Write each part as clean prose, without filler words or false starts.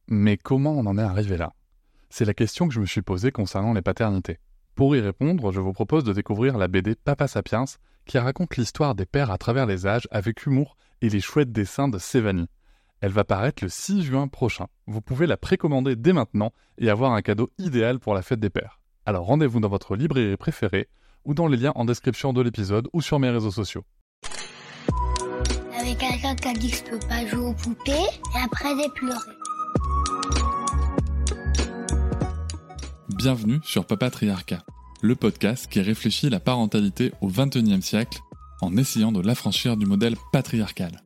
Mais comment on en est arrivé là? C'est la question que je me suis posée concernant les paternités. Pour y répondre, je vous propose de découvrir la BD Papa Sapiens, qui raconte l'histoire des pères à travers les âges avec humour et les chouettes dessins de Sévanie. Elle va paraître le 6 juin prochain. Vous pouvez la précommander dès maintenant et avoir un cadeau idéal pour la fête des pères. Alors rendez-vous dans votre librairie préférée ou dans les liens en description de l'épisode ou sur mes réseaux sociaux. Avec quelqu'un qui a dit que je peux pas jouer aux poupées et après j'ai pleuré. Bienvenue sur Papatriarcat, le podcast qui réfléchit la parentalité au XXIe siècle en essayant de l'affranchir du modèle patriarcal.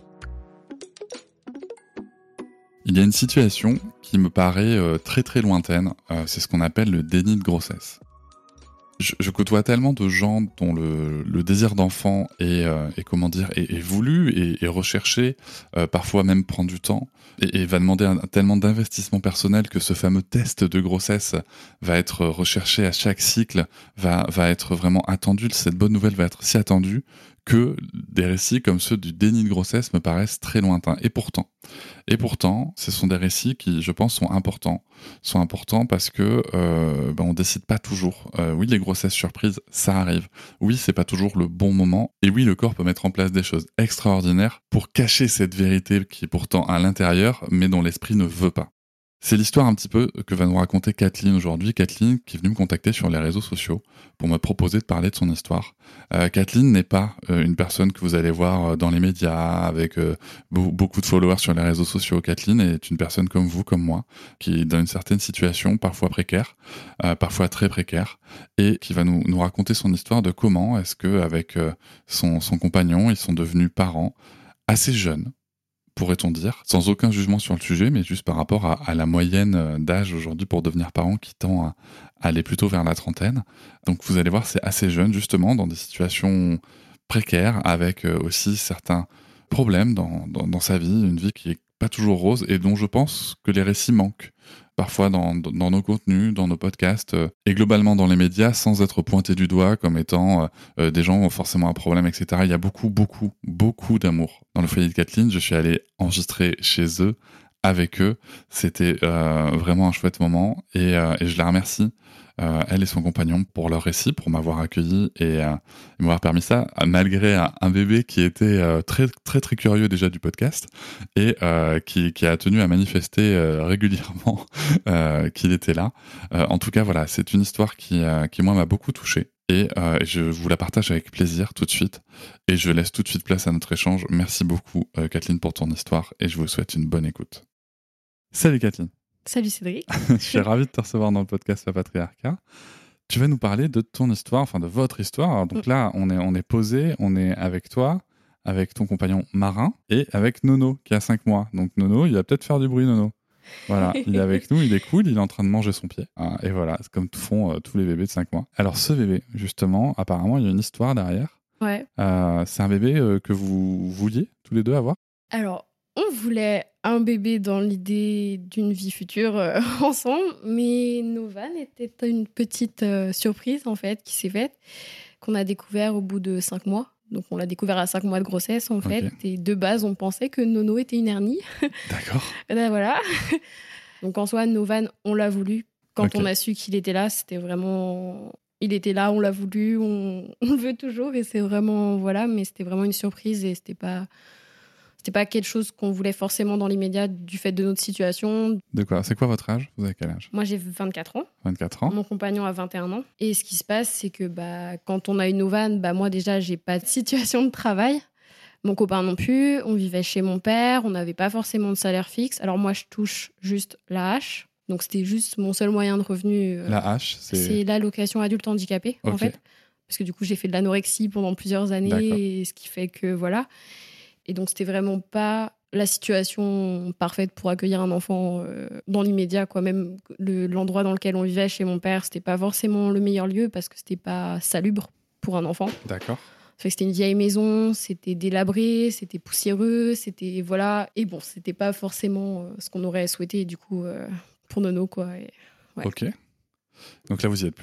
Il y a une situation qui me paraît très très lointaine, c'est ce qu'on appelle le déni de grossesse. Je côtoie tellement de gens dont le désir d'enfant est voulu et recherché, parfois même prend du temps, et va demander tellement d'investissement personnel que ce fameux test de grossesse va être recherché à chaque cycle, va être vraiment attendu. Cette bonne nouvelle va être si attendue que des récits comme ceux du déni de grossesse me paraissent très lointains. Et pourtant, ce sont des récits qui, je pense, sont importants parce que on décide pas toujours. Oui, les grossesses surprises, ça arrive. Oui, c'est pas toujours le bon moment. Et oui, le corps peut mettre en place des choses extraordinaires pour cacher cette vérité qui est pourtant à l'intérieur, mais dont l'esprit ne veut pas. C'est l'histoire un petit peu que va nous raconter Kathleen aujourd'hui. Kathleen qui est venue me contacter sur les réseaux sociaux pour me proposer de parler de son histoire. Kathleen n'est pas une personne que vous allez voir dans les médias avec beaucoup de followers sur les réseaux sociaux. Kathleen est une personne comme vous, comme moi, qui est dans une certaine situation, parfois précaire, parfois très précaire, et qui va nous raconter son histoire de comment est-ce que avec son compagnon, ils sont devenus parents assez jeunes, pourrait-on dire, sans aucun jugement sur le sujet, mais juste par rapport à la moyenne d'âge aujourd'hui pour devenir parent qui tend à aller plutôt vers la trentaine. Donc vous allez voir, c'est assez jeune justement, dans des situations précaires, avec aussi certains problèmes dans sa vie, une vie qui est pas toujours rose et dont je pense que les récits manquent parfois dans nos contenus, dans nos podcasts et globalement dans les médias, sans être pointés du doigt comme étant des gens ont forcément un problème, etc. Il y a beaucoup d'amour. Dans le foyer de Kathleen, je suis allé enregistrer chez eux, avec eux. C'était vraiment un chouette moment et je la remercie, elle et son compagnon, pour leur récit, pour m'avoir accueilli et m'avoir permis ça, malgré un bébé qui était très très très curieux déjà du podcast et qui a tenu à manifester régulièrement qu'il était là. En tout cas, voilà, c'est une histoire qui moi m'a beaucoup touché. Et je vous la partage avec plaisir tout de suite. Et je laisse tout de suite place à notre échange. Merci beaucoup, Kathleen, pour ton histoire. Et je vous souhaite une bonne écoute. Salut Kathleen. Salut Cédric. Je suis ravi de te recevoir dans le podcast Papatriarcat. Tu vas nous parler de ton histoire, enfin de votre histoire. Alors, donc là, on est posé, on est avec toi, avec ton compagnon Marin et avec Nono qui a 5 mois. Donc Nono, il va peut-être faire du bruit, Nono. Voilà, il est avec nous, il est cool, il est en train de manger son pied. Et voilà, c'est comme font tous les bébés de 5 mois. Alors ce bébé, justement, apparemment, il y a une histoire derrière. Ouais. C'est un bébé que vous vouliez tous les deux avoir? Alors, on voulait un bébé dans l'idée d'une vie future ensemble, mais Novan était une petite surprise, en fait, qui s'est faite, qu'on a découvert au bout de 5 mois. Donc, on l'a découvert à 5 mois de grossesse, en fait. Et de base, on pensait que Nono était une hernie. D'accord. Et ben voilà. Donc, en soi, Novan, on l'a voulu. Quand on a su qu'il était là, c'était vraiment... Il était là, on l'a voulu, on le veut toujours. Et c'est vraiment... Voilà, mais c'était vraiment une surprise et c'était pas quelque chose qu'on voulait forcément dans l'immédiat du fait de notre situation. De quoi? C'est quoi votre âge? Vous avez quel âge? Moi, j'ai 24 ans. 24 ans. Mon compagnon a 21 ans. Et ce qui se passe, c'est que quand on a une Novan, moi déjà, j'ai pas de situation de travail. Mon copain non plus. On vivait chez mon père. On n'avait pas forcément de salaire fixe. Alors moi, je touche juste la hache. Donc c'était juste mon seul moyen de revenu. La hache, c'est l'allocation adulte handicapé, en fait. Parce que du coup, j'ai fait de l'anorexie pendant plusieurs années. D'accord. Et ce qui fait que, voilà... Et donc, c'était vraiment pas la situation parfaite pour accueillir un enfant dans l'immédiat, quoi. Même l'endroit dans lequel on vivait chez mon père, c'était pas forcément le meilleur lieu parce que c'était pas salubre pour un enfant. D'accord. C'était une vieille maison, c'était délabré, c'était poussiéreux, c'était... Voilà. Et bon, c'était pas forcément ce qu'on aurait souhaité, du coup, pour Nono, quoi. Et, ouais. Ok. Donc là, vous y êtes plus?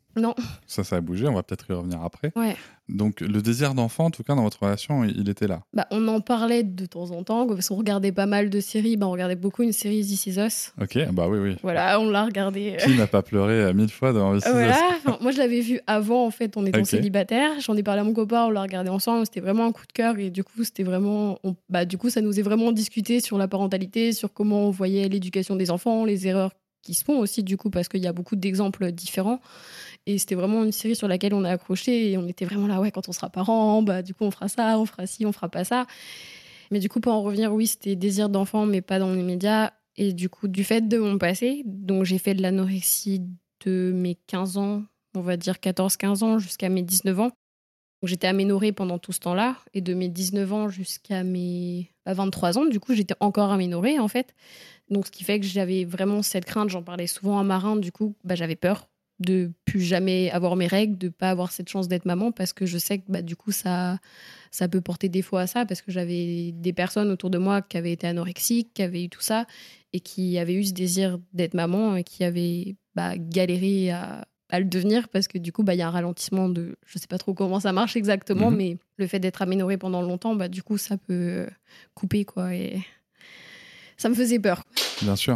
Non. Ça a bougé, on va peut-être y revenir après. Ouais. Donc le désir d'enfant, en tout cas dans votre relation, il était là. Bah, on en parlait de temps en temps, parce qu'on regardait pas mal de séries. Bah, on regardait beaucoup une série This Is Us. Ok, bah oui. Voilà, on l'a regardé. Qui n'a pas pleuré 1000 fois dans This Is Us? Voilà, moi je l'avais vu avant, en fait, on était Ok. célibataire. J'en ai parlé à mon copain, on l'a regardé ensemble. C'était vraiment un coup de cœur et du coup, c'était vraiment. Du coup, ça nous est vraiment discuté sur la parentalité, sur comment on voyait l'éducation des enfants, les erreurs qui se font aussi, du coup, parce qu'il y a beaucoup d'exemples différents. Et c'était vraiment une série sur laquelle on a accroché et on était vraiment là, ouais, quand on sera parents, bah, du coup, on fera ça, on fera ci, on fera pas ça. Mais du coup, pour en revenir, oui, c'était désir d'enfant, mais pas dans les médias. Et du coup, du fait de mon passé, donc j'ai fait de l'anorexie de mes 15 ans, on va dire 14-15 ans, jusqu'à mes 19 ans. Donc j'étais aménorrhée pendant tout ce temps-là. Et de mes 19 ans jusqu'à mes 23 ans, du coup, j'étais encore aménorrhée, en fait. Donc ce qui fait que j'avais vraiment cette crainte, j'en parlais souvent à Marin, du coup, j'avais peur de plus jamais avoir mes règles, de pas avoir cette chance d'être maman, parce que je sais que du coup, ça peut porter défaut à ça, parce que j'avais des personnes autour de moi qui avaient été anorexiques, qui avaient eu tout ça, et qui avaient eu ce désir d'être maman, et qui avaient galéré à le devenir, parce que du coup, il y a un ralentissement de... Je sais pas trop comment ça marche exactement, mais le fait d'être aménorrhée pendant longtemps, du coup, ça peut couper, quoi, et ça me faisait peur. Bien sûr.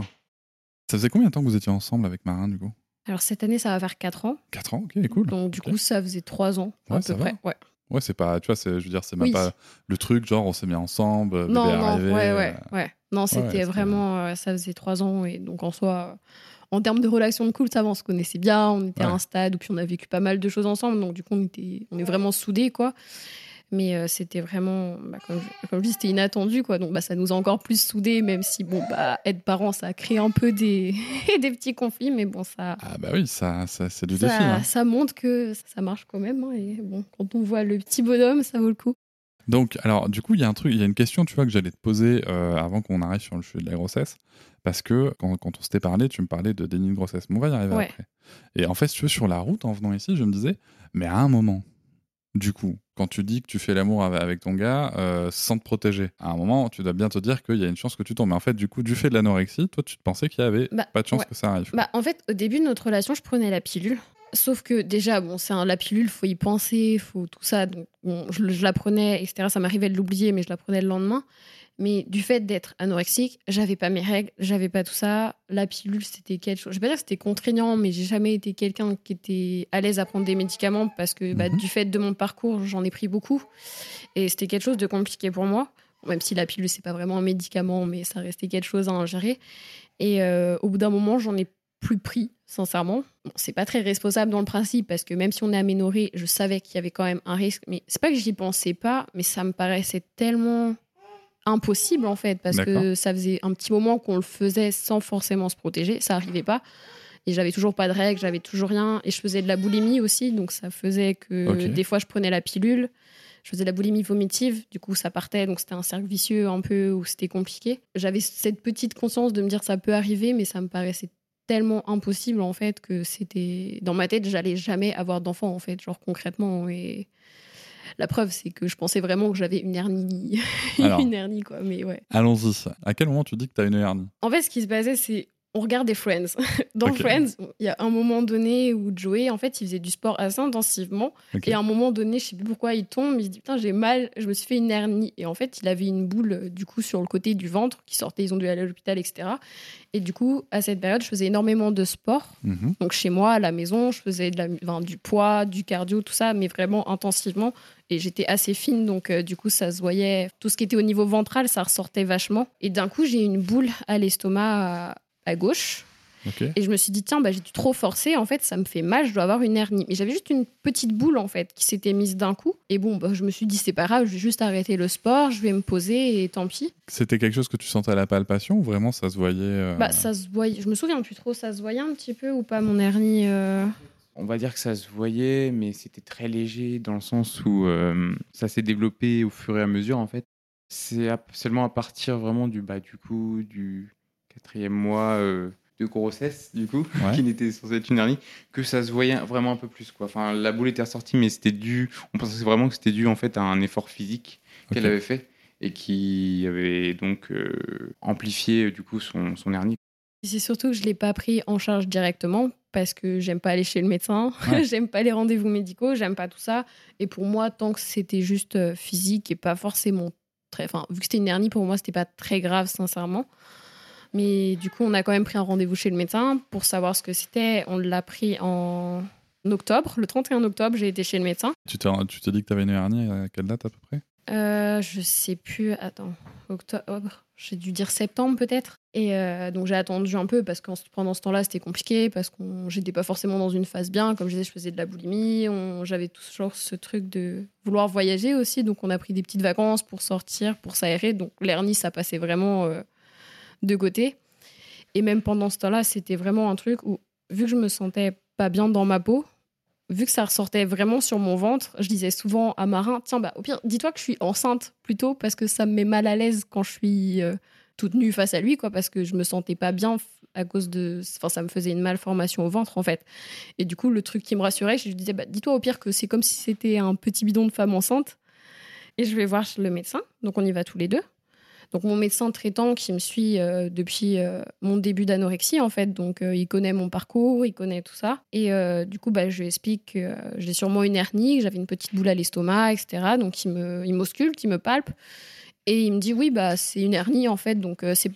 Ça faisait combien de temps que vous étiez ensemble avec Marin, du coup? Alors, cette année, ça va faire 4 ans. 4 ans, ok, cool. Donc, du coup, ça faisait 3 ans, à peu près. Ouais. Ouais, c'est pas, tu vois, je veux dire, c'est même pas le truc, genre, on s'est mis ensemble, bébé non, est arrivé. Ouais. Non, c'était vraiment, ça faisait 3 ans, et donc, en soi, en termes de relation de couple, ça va, on se connaissait bien, on était à un stade où puis on a vécu pas mal de choses ensemble, donc, du coup, on est vraiment soudés, quoi. Mais c'était vraiment, comme je dis, c'était inattendu, quoi. Donc, ça nous a encore plus soudés, même si, être parent, ça a créé un peu des petits conflits, mais bon, ça... Ah bah oui, ça c'est du défi. Hein. Ça montre que ça marche quand même, hein, et bon, quand on voit le petit bonhomme, ça vaut le coup. Donc, alors, du coup, il y a une question, tu vois, que j'allais te poser avant qu'on arrive sur le sujet de la grossesse, parce que quand on s'était parlé, tu me parlais de déni de grossesse. Mais on va y arriver après. Et en fait, si tu veux, sur la route, en venant ici, je me disais, mais à un moment... Du coup, quand tu dis que tu fais l'amour avec ton gars sans te protéger, à un moment, tu dois bien te dire qu'il y a une chance que tu tombes. Mais en fait, du coup, du fait de l'anorexie, toi, tu te pensais qu'il y avait pas de chance que ça arrive. En fait, au début de notre relation, je prenais la pilule. Sauf que déjà, la pilule, faut y penser, faut tout ça. Donc, je la prenais, etc. Ça m'arrivait de l'oublier, mais je la prenais le lendemain. Mais du fait d'être anorexique, j'avais pas mes règles, j'avais pas tout ça. La pilule, c'était quelque chose. Je vais pas dire que c'était contraignant, mais j'ai jamais été quelqu'un qui était à l'aise à prendre des médicaments parce que du fait de mon parcours, j'en ai pris beaucoup. Et c'était quelque chose de compliqué pour moi. Même si la pilule, c'est pas vraiment un médicament, mais ça restait quelque chose à ingérer. Et au bout d'un moment, j'en ai plus pris, sincèrement. Bon, c'est pas très responsable dans le principe, parce que même si on est aménorrhée, je savais qu'il y avait quand même un risque. Mais c'est pas que j'y pensais pas, mais ça me paraissait tellement impossible, en fait, parce que ça faisait un petit moment qu'on le faisait sans forcément se protéger. Ça arrivait pas. Et j'avais toujours pas de règles, j'avais toujours rien. Et je faisais de la boulimie aussi, donc ça faisait que des fois, je prenais la pilule. Je faisais de la boulimie vomitive, du coup ça partait, donc c'était un cercle vicieux un peu où c'était compliqué. J'avais cette petite conscience de me dire ça peut arriver, mais ça me paraissait tellement impossible, en fait, que c'était... Dans ma tête, j'allais jamais avoir d'enfant, en fait, genre concrètement. Et la preuve, c'est que je pensais vraiment que j'avais une hernie. Alors, une hernie, quoi, mais ouais. Allons-y. À quel moment tu dis que tu as une hernie? En fait, ce qui se passait, c'est... On regardait Friends. Dans Friends, il y a un moment donné où Joey, en fait, il faisait du sport assez intensivement. Et à un moment donné, je sais plus pourquoi, il tombe, il se dit, putain, j'ai mal, je me suis fait une hernie. Et en fait, il avait une boule, du coup, sur le côté du ventre qui sortait, ils ont dû aller à l'hôpital, etc. Et du coup, à cette période, je faisais énormément de sport. Donc, chez moi, à la maison, je faisais du poids, du cardio, tout ça, mais vraiment intensivement. Et j'étais assez fine, donc du coup, ça se voyait. Tout ce qui était au niveau ventral, ça ressortait vachement. Et d'un coup, j'ai une boule à l'estomac à gauche. Et je me suis dit, tiens, j'ai dû trop forcer, en fait, ça me fait mal, je dois avoir une hernie. Mais j'avais juste une petite boule, en fait, qui s'était mise d'un coup. Et bon, je me suis dit, c'est pas grave, je vais juste arrêter le sport, je vais me poser et tant pis. C'était quelque chose que tu sentais à la palpation ou vraiment ça se voyait Ça se voyait, je me souviens plus trop, ça se voyait un petit peu ou pas, mon hernie On va dire que ça se voyait, mais c'était très léger dans le sens où ça s'est développé au fur et à mesure, en fait. C'est seulement à partir vraiment du 4e mois de grossesse, du coup, qui n'était censé être une hernie, que ça se voyait vraiment un peu plus, quoi. Enfin, la boule était ressortie, mais on pensait vraiment que c'était dû, en fait, à un effort physique qu'elle avait fait et qui avait donc amplifié, du coup, son hernie. C'est surtout que je ne l'ai pas pris en charge directement parce que j'aime pas aller chez le médecin, Ouais. j'aime pas les rendez-vous médicaux, j'aime pas tout ça. Et pour moi, tant que c'était juste physique et pas forcément très... Enfin, vu que c'était une hernie, pour moi, c'était pas très grave, sincèrement. Mais du coup, on a quand même pris un rendez-vous chez le médecin pour savoir ce que c'était. On l'a pris en octobre. Le 31 octobre, j'ai été chez le médecin. Tu t'es dit que t'avais une hernie à quelle date à peu près? Je sais plus. Attends, octobre. J'ai dû dire septembre peut-être. Et donc j'ai attendu un peu parce que pendant ce temps-là, c'était compliqué parce que j'étais pas forcément dans une phase bien. Comme je disais, je faisais de la boulimie. J'avais toujours ce truc de vouloir voyager aussi. Donc on a pris des petites vacances pour sortir, pour s'aérer. Donc l'hernie, ça passait vraiment de côté. Et même pendant ce temps-là, c'était vraiment un truc où, vu que je me sentais pas bien dans ma peau, vu que ça ressortait vraiment sur mon ventre, je disais souvent à Marin, tiens, au pire, dis-toi que je suis enceinte plutôt parce que ça me met mal à l'aise quand je suis toute nue face à lui, quoi, parce que je me sentais pas bien à cause de... Enfin, ça me faisait une malformation au ventre, en fait. Et du coup, le truc qui me rassurait, je lui disais, dis-toi au pire que c'est comme si c'était un petit bidon de femme enceinte. Et je vais voir le médecin, donc on y va tous les deux. Donc mon médecin traitant qui me suit depuis mon début d'anorexie, en fait. Donc il connaît mon parcours, il connaît tout ça. Et du coup, je lui explique que j'ai sûrement une hernie, que j'avais une petite boule à l'estomac, etc. Donc il m'ausculte, il me palpe. Et il me dit, oui, c'est une hernie, en fait. Donc c'est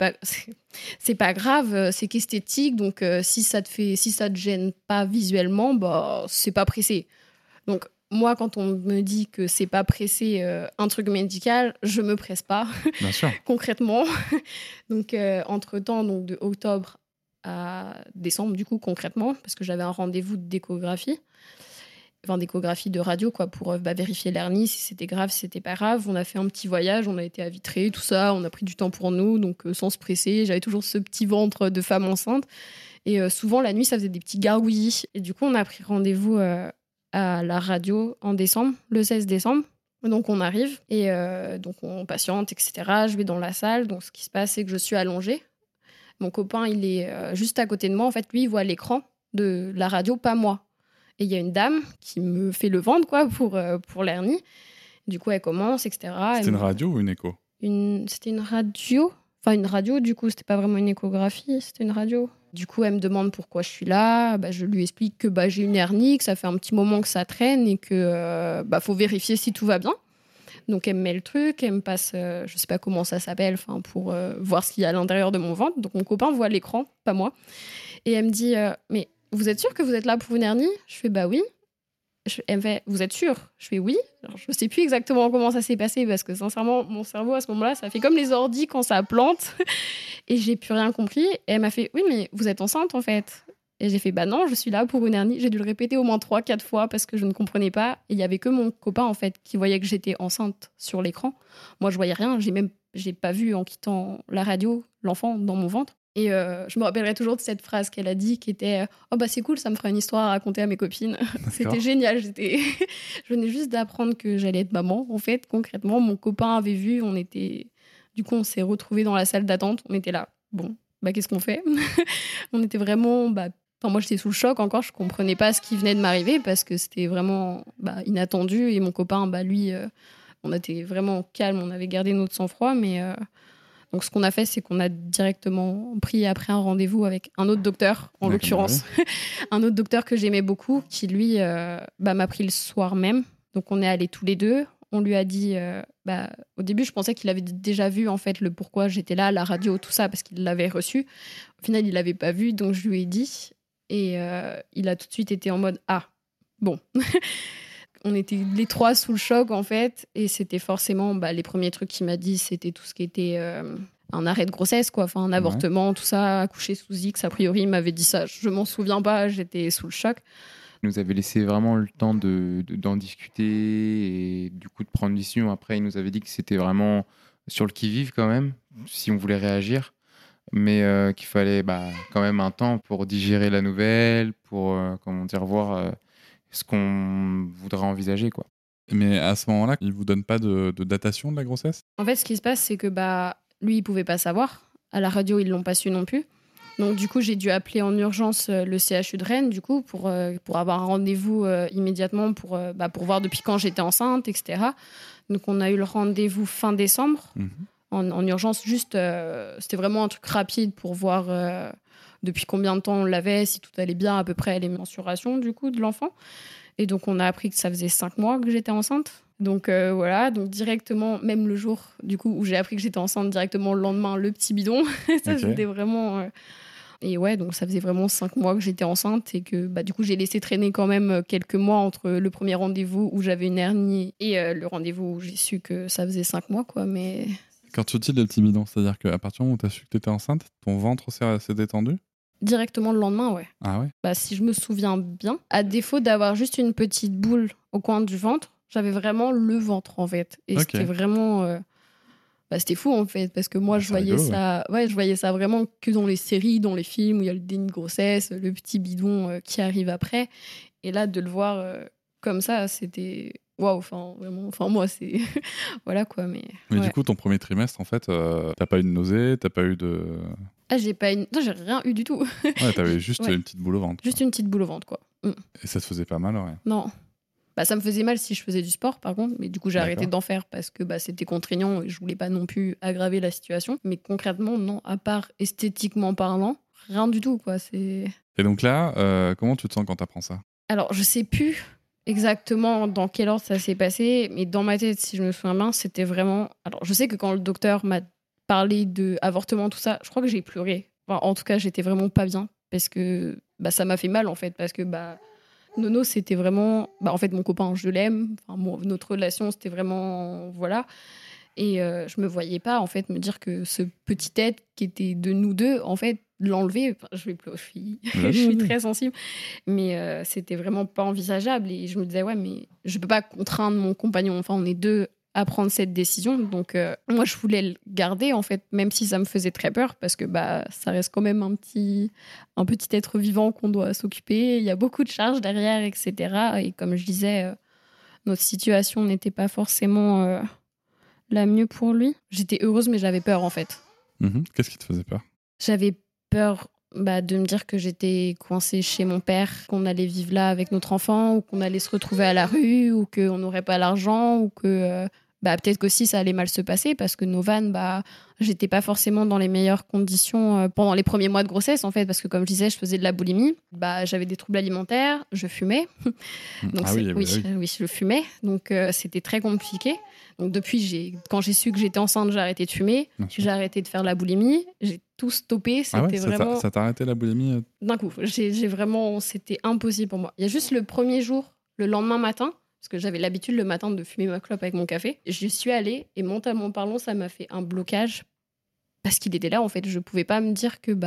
pas grave, c'est qu'esthétique. Donc si ça te gêne pas visuellement, c'est pas pressé. Donc moi, quand on me dit que c'est pas pressé un truc médical, je me presse pas. Bien sûr. Concrètement. Donc, entre-temps, donc, de octobre à décembre, du coup, concrètement, parce que j'avais un rendez-vous d'échographie, d'échographie de radio, quoi, pour vérifier l'hernie, si c'était grave, si c'était pas grave. On a fait un petit voyage, on a été à Vitré, tout ça, on a pris du temps pour nous, donc sans se presser. J'avais toujours ce petit ventre de femme enceinte. Et souvent, la nuit, ça faisait des petits gargouillis. Et du coup, on a pris rendez-vous à la radio en décembre, le 16 décembre. Donc on arrive et donc on patiente, etc. Je vais dans la salle. Donc ce qui se passe, c'est que je suis allongée. Mon copain, il est juste à côté de moi. En fait, lui, il voit l'écran de la radio, pas moi. Et il y a une dame qui me fait le ventre, quoi, pour l'hernie. Du coup, elle commence, etc. C'était une radio ou une écho? C'était une radio. Enfin, une radio, du coup, c'était pas vraiment une échographie, c'était une radio. Du coup, elle me demande pourquoi je suis là. Je lui explique que j'ai une hernie, que ça fait un petit moment que ça traîne et que faut vérifier si tout va bien. Donc, elle me met le truc, elle me passe, je sais pas comment ça s'appelle, pour voir ce qu'il y a à l'intérieur de mon ventre. Donc, mon copain voit l'écran, pas moi. Et elle me dit, mais vous êtes sûr que vous êtes là pour une hernie? Je fais, oui. Elle me fait, vous êtes sûr? Je fais oui. Alors, je ne sais plus exactement comment ça s'est passé parce que sincèrement, mon cerveau à ce moment-là, ça fait comme les ordis quand ça plante et j'ai plus rien compris. Et elle m'a fait, oui, mais vous êtes enceinte en fait. Et j'ai fait, non, je suis là pour une hernie. J'ai dû le répéter au moins 3-4 fois parce que je ne comprenais pas. Et il y avait que mon copain en fait qui voyait que j'étais enceinte sur l'écran. Moi, je voyais rien. J'ai pas vu en quittant la radio l'enfant dans mon ventre. Et je me rappellerai toujours de cette phrase qu'elle a dit qui était « Oh c'est cool, ça me fera une histoire à raconter à mes copines. » C'était génial. Je venais juste d'apprendre que j'allais être maman. En fait, concrètement, mon copain avait vu. Du coup, on s'est retrouvés dans la salle d'attente. On était là. Bon, qu'est-ce qu'on fait? On était vraiment... moi, j'étais sous le choc encore. Je comprenais pas ce qui venait de m'arriver parce que c'était vraiment inattendu. Et mon copain, lui, on était vraiment calme. On avait gardé notre sang-froid, mais... Donc, ce qu'on a fait, c'est qu'on a directement pris après un rendez-vous avec un autre docteur, en l'occurrence. Un autre docteur que j'aimais beaucoup, qui, lui, m'a pris le soir même. Donc, on est allés tous les deux. On lui a dit... au début, je pensais qu'il avait déjà vu, en fait, le pourquoi j'étais là, la radio, tout ça, parce qu'il l'avait reçu. Au final, il l'avait pas vu, donc je lui ai dit. Et il a tout de suite été en mode « Ah, bon ». On était les trois sous le choc, en fait. Et c'était forcément... les premiers trucs qu'il m'a dit, c'était tout ce qui était un arrêt de grossesse, quoi. Enfin, un avortement, tout ça, accoucher sous X. A priori, il m'avait dit ça. Je m'en souviens pas, j'étais sous le choc. Il nous avait laissé vraiment le temps d'en discuter et du coup de prendre une décision. Après, il nous avait dit que c'était vraiment sur le qui-vive quand même, si on voulait réagir. Mais qu'il fallait quand même un temps pour digérer la nouvelle, pour voir... ce qu'on voudrait envisager, quoi. Mais à ce moment-là, il vous donne pas de datation de la grossesse? En fait, ce qui se passe, c'est que lui, il pouvait pas savoir. À la radio, ils l'ont pas su non plus. Donc, du coup, j'ai dû appeler en urgence le CHU de Rennes, du coup, pour avoir un rendez-vous immédiatement pour voir depuis quand j'étais enceinte, etc. Donc, on a eu le rendez-vous fin décembre. en urgence. Juste, c'était vraiment un truc rapide pour voir depuis combien de temps on l'avait, si tout allait bien, à peu près les mensurations du coup de l'enfant. Et donc, on a appris que ça faisait 5 mois que j'étais enceinte. Donc voilà, donc directement, même le jour du coup où j'ai appris que j'étais enceinte, directement le lendemain, le petit bidon. Ça, Ok. c'était vraiment... Et ouais, donc ça faisait vraiment 5 mois que j'étais enceinte et que du coup, j'ai laissé traîner quand même quelques mois entre le premier rendez-vous où j'avais une hernie et le rendez-vous où j'ai su que ça faisait 5 mois, quoi. Mais Quand tu dis le petit bidon, c'est-à-dire qu'à partir du moment où tu as su que tu étais enceinte, ton ventre s'est détendu? directement le lendemain, ouais. Ah ouais? Si je me souviens bien, à défaut d'avoir juste une petite boule au coin du ventre, j'avais vraiment le ventre, en fait. Et Ok. c'était vraiment... c'était fou, en fait, parce que moi, C'est rigolo, je voyais ça vraiment que dans les séries, dans les films, où il y a le déni de grossesse, le petit bidon qui arrive après. Et là, de le voir comme ça, c'était... Waouh, enfin, vraiment... Enfin, moi, c'est... voilà, quoi, mais... Mais ouais. du coup, ton premier trimestre, en fait, t'as pas eu de nausée, t'as pas eu de... j'ai pas une... Non, j'ai rien eu du tout. Ouais, t'avais juste Ouais. une petite boule au ventre. Juste une petite boule au ventre, quoi. Et ça te faisait pas mal, ouais. Non. Ça me faisait mal si je faisais du sport, par contre. Mais du coup, j'ai arrêté D'accord. d'en faire parce que c'était contraignant et je voulais pas non plus aggraver la situation. Mais concrètement, non. À part esthétiquement parlant, rien du tout, quoi. C'est... Et donc là, comment tu te sens quand t'apprends ça? Alors, je sais plus exactement dans quel ordre ça s'est passé. Mais dans ma tête, si je me souviens bien, c'était vraiment... Alors, je sais que quand le docteur m'a parlé d'avortement, tout ça, je crois que j'ai pleuré. Enfin, en tout cas, j'étais vraiment pas bien. Parce que ça m'a fait mal, en fait. Parce que... Nono, c'était vraiment... en fait, mon copain, je l'aime. Enfin, notre relation, c'était vraiment... Voilà. Et je me voyais pas, en fait, me dire que ce petit être qui était de nous deux, en fait, l'enlever... Enfin, je vais pleurer, je suis très sensible. Mais c'était vraiment pas envisageable. Et je me disais, ouais, mais je peux pas contraindre mon compagnon. Enfin, on est deux à prendre cette décision. Donc, moi, je voulais le garder, en fait, même si ça me faisait très peur, parce que ça reste quand même un petit être vivant qu'on doit s'occuper. Il y a beaucoup de charges derrière, etc. Et comme je disais, notre situation n'était pas forcément la mieux pour lui. J'étais heureuse, mais j'avais peur, en fait. Qu'est-ce qui te faisait peur? J'avais peur de me dire que j'étais coincée chez mon père, qu'on allait vivre là avec notre enfant, ou qu'on allait se retrouver à la rue, ou qu'on n'aurait pas l'argent, ou que peut-être qu'aussi ça allait mal se passer, parce que Novan, j'étais pas forcément dans les meilleures conditions pendant les premiers mois de grossesse, en fait, parce que comme je disais, je faisais de la boulimie, j'avais des troubles alimentaires, je fumais. Donc Ah oui, oui, je fumais, donc c'était très compliqué. Donc depuis, quand j'ai su que j'étais enceinte, j'ai arrêté de fumer, Bien sûr. j'ai arrêté de faire de la boulimie, j'ai tout stoppé. C'était Ah ouais, vraiment ça t'a arrêté la boulimie? d'un coup. J'ai vraiment, c'était impossible pour moi. Il y a juste le premier jour, le lendemain matin, parce que j'avais l'habitude le matin de fumer ma clope avec mon café. Je suis allée et mentalement parlant, ça m'a fait un blocage parce qu'il était là. En fait, je pouvais pas me dire que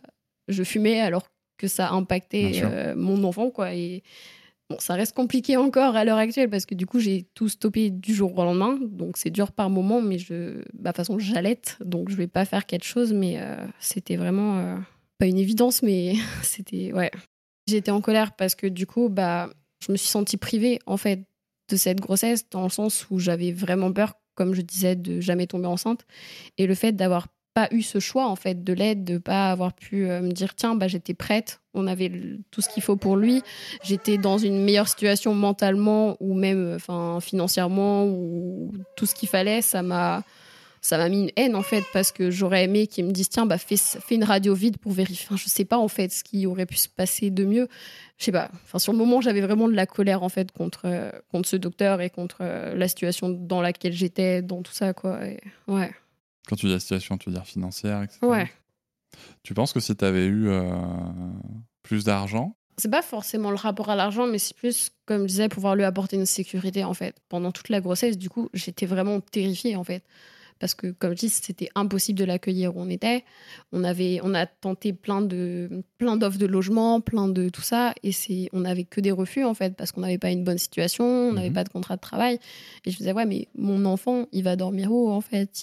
je fumais alors que ça impactait mon enfant, quoi. Et bon, ça reste compliqué encore à l'heure actuelle parce que du coup, j'ai tout stoppé du jour au lendemain. Donc, c'est dur par moment, mais de toute façon, j'allaite. Donc, je vais pas faire quelque chose, mais c'était vraiment pas une évidence, mais c'était, ouais. J'étais en colère parce que du coup, je me suis sentie privée, en fait, de cette grossesse dans le sens où j'avais vraiment peur, comme je disais, de jamais tomber enceinte. Et le fait d'avoir pas eu ce choix, en fait, de l'aide, de pas avoir pu me dire, tiens, j'étais prête, on avait tout ce qu'il faut pour lui, j'étais dans une meilleure situation mentalement ou même financièrement ou tout ce qu'il fallait, ça m'a mis une haine, en fait, parce que j'aurais aimé qu'ils me disent, tiens, fais une radio vide pour vérifier. Enfin, je sais pas, en fait, ce qui aurait pu se passer de mieux. Je sais pas. Enfin, sur le moment, j'avais vraiment de la colère, en fait, contre ce docteur et contre la situation dans laquelle j'étais, dans tout ça, quoi. Et, ouais. Quand tu dis la situation, tu veux dire financière, etc. Ouais. Tu penses que si tu avais eu plus d'argent... C'est pas forcément le rapport à l'argent, mais c'est plus, comme je disais, pouvoir lui apporter une sécurité, en fait. Pendant toute la grossesse, du coup, j'étais vraiment terrifiée, en fait. Parce que, comme je dis, c'était impossible de l'accueillir où on était. On a tenté plein d'offres de logement, plein de tout ça, et on n'avait que des refus, en fait, parce qu'on n'avait pas une bonne situation, on n'avait pas de contrat de travail. Et je me disais, ouais, mais mon enfant, il va dormir où, en fait?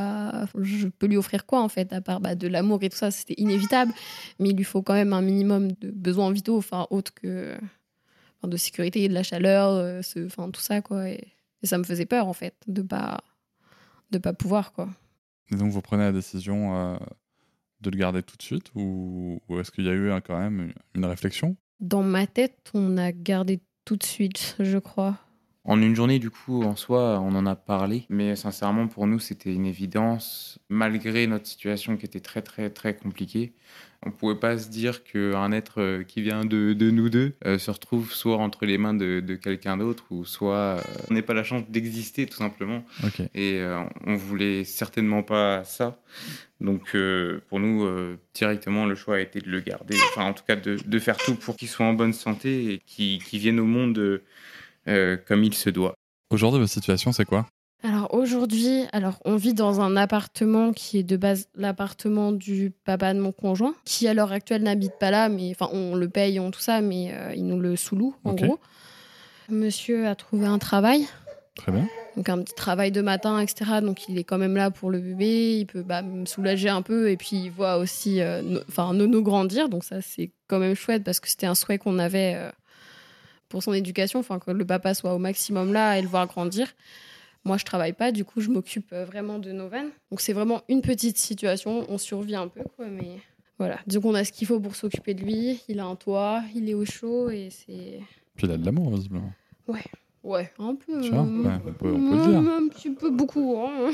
Je peux lui offrir quoi, en fait, à part de l'amour et tout ça, c'était inévitable. Mais il lui faut quand même un minimum de besoins vitaux, autre que de sécurité, de la chaleur, tout ça, quoi. Et ça me faisait peur, en fait, de pas pouvoir, quoi. Et donc vous prenez la décision de le garder tout de suite ou est-ce qu'il y a eu quand même une réflexion? Dans ma tête, on a gardé tout de suite, je crois. En une journée, du coup, en soi, on en a parlé. Mais sincèrement, pour nous, c'était une évidence. Malgré notre situation qui était très, très, très compliquée, on ne pouvait pas se dire qu'un être qui vient de nous deux se retrouve soit entre les mains de quelqu'un d'autre, ou soit on n'ait pas la chance d'exister, tout simplement. Ok. Et on voulait certainement pas ça. Donc pour nous, directement, le choix a été de le garder. Enfin, en tout cas, de faire tout pour qu'il soit en bonne santé et qu'il vienne au monde comme il se doit. Aujourd'hui, votre situation, c'est quoi? Alors aujourd'hui, on vit dans un appartement qui est de base l'appartement du papa de mon conjoint, qui à l'heure actuelle n'habite pas là, mais enfin on le paye, tout ça, mais il nous le sous-loue en Ok. gros. Monsieur a trouvé un travail, Très bien. donc un petit travail de matin, etc. Donc il est quand même là pour le bébé, il peut me soulager un peu, et puis il voit aussi Nono grandir, donc ça c'est quand même chouette parce que c'était un souhait qu'on avait pour son éducation, enfin que le papa soit au maximum là et le voir grandir. Moi, je travaille pas, du coup, je m'occupe vraiment de Novan. Donc, c'est vraiment une petite situation. On survit un peu, quoi, mais voilà. Disons qu'on a ce qu'il faut pour s'occuper de lui. Il a un toit, il est au chaud et c'est... Puis il a de l'amour, visiblement. Ouais, un peu. Tu vois, ouais, on peut le dire. Un petit peu, beaucoup. Hein.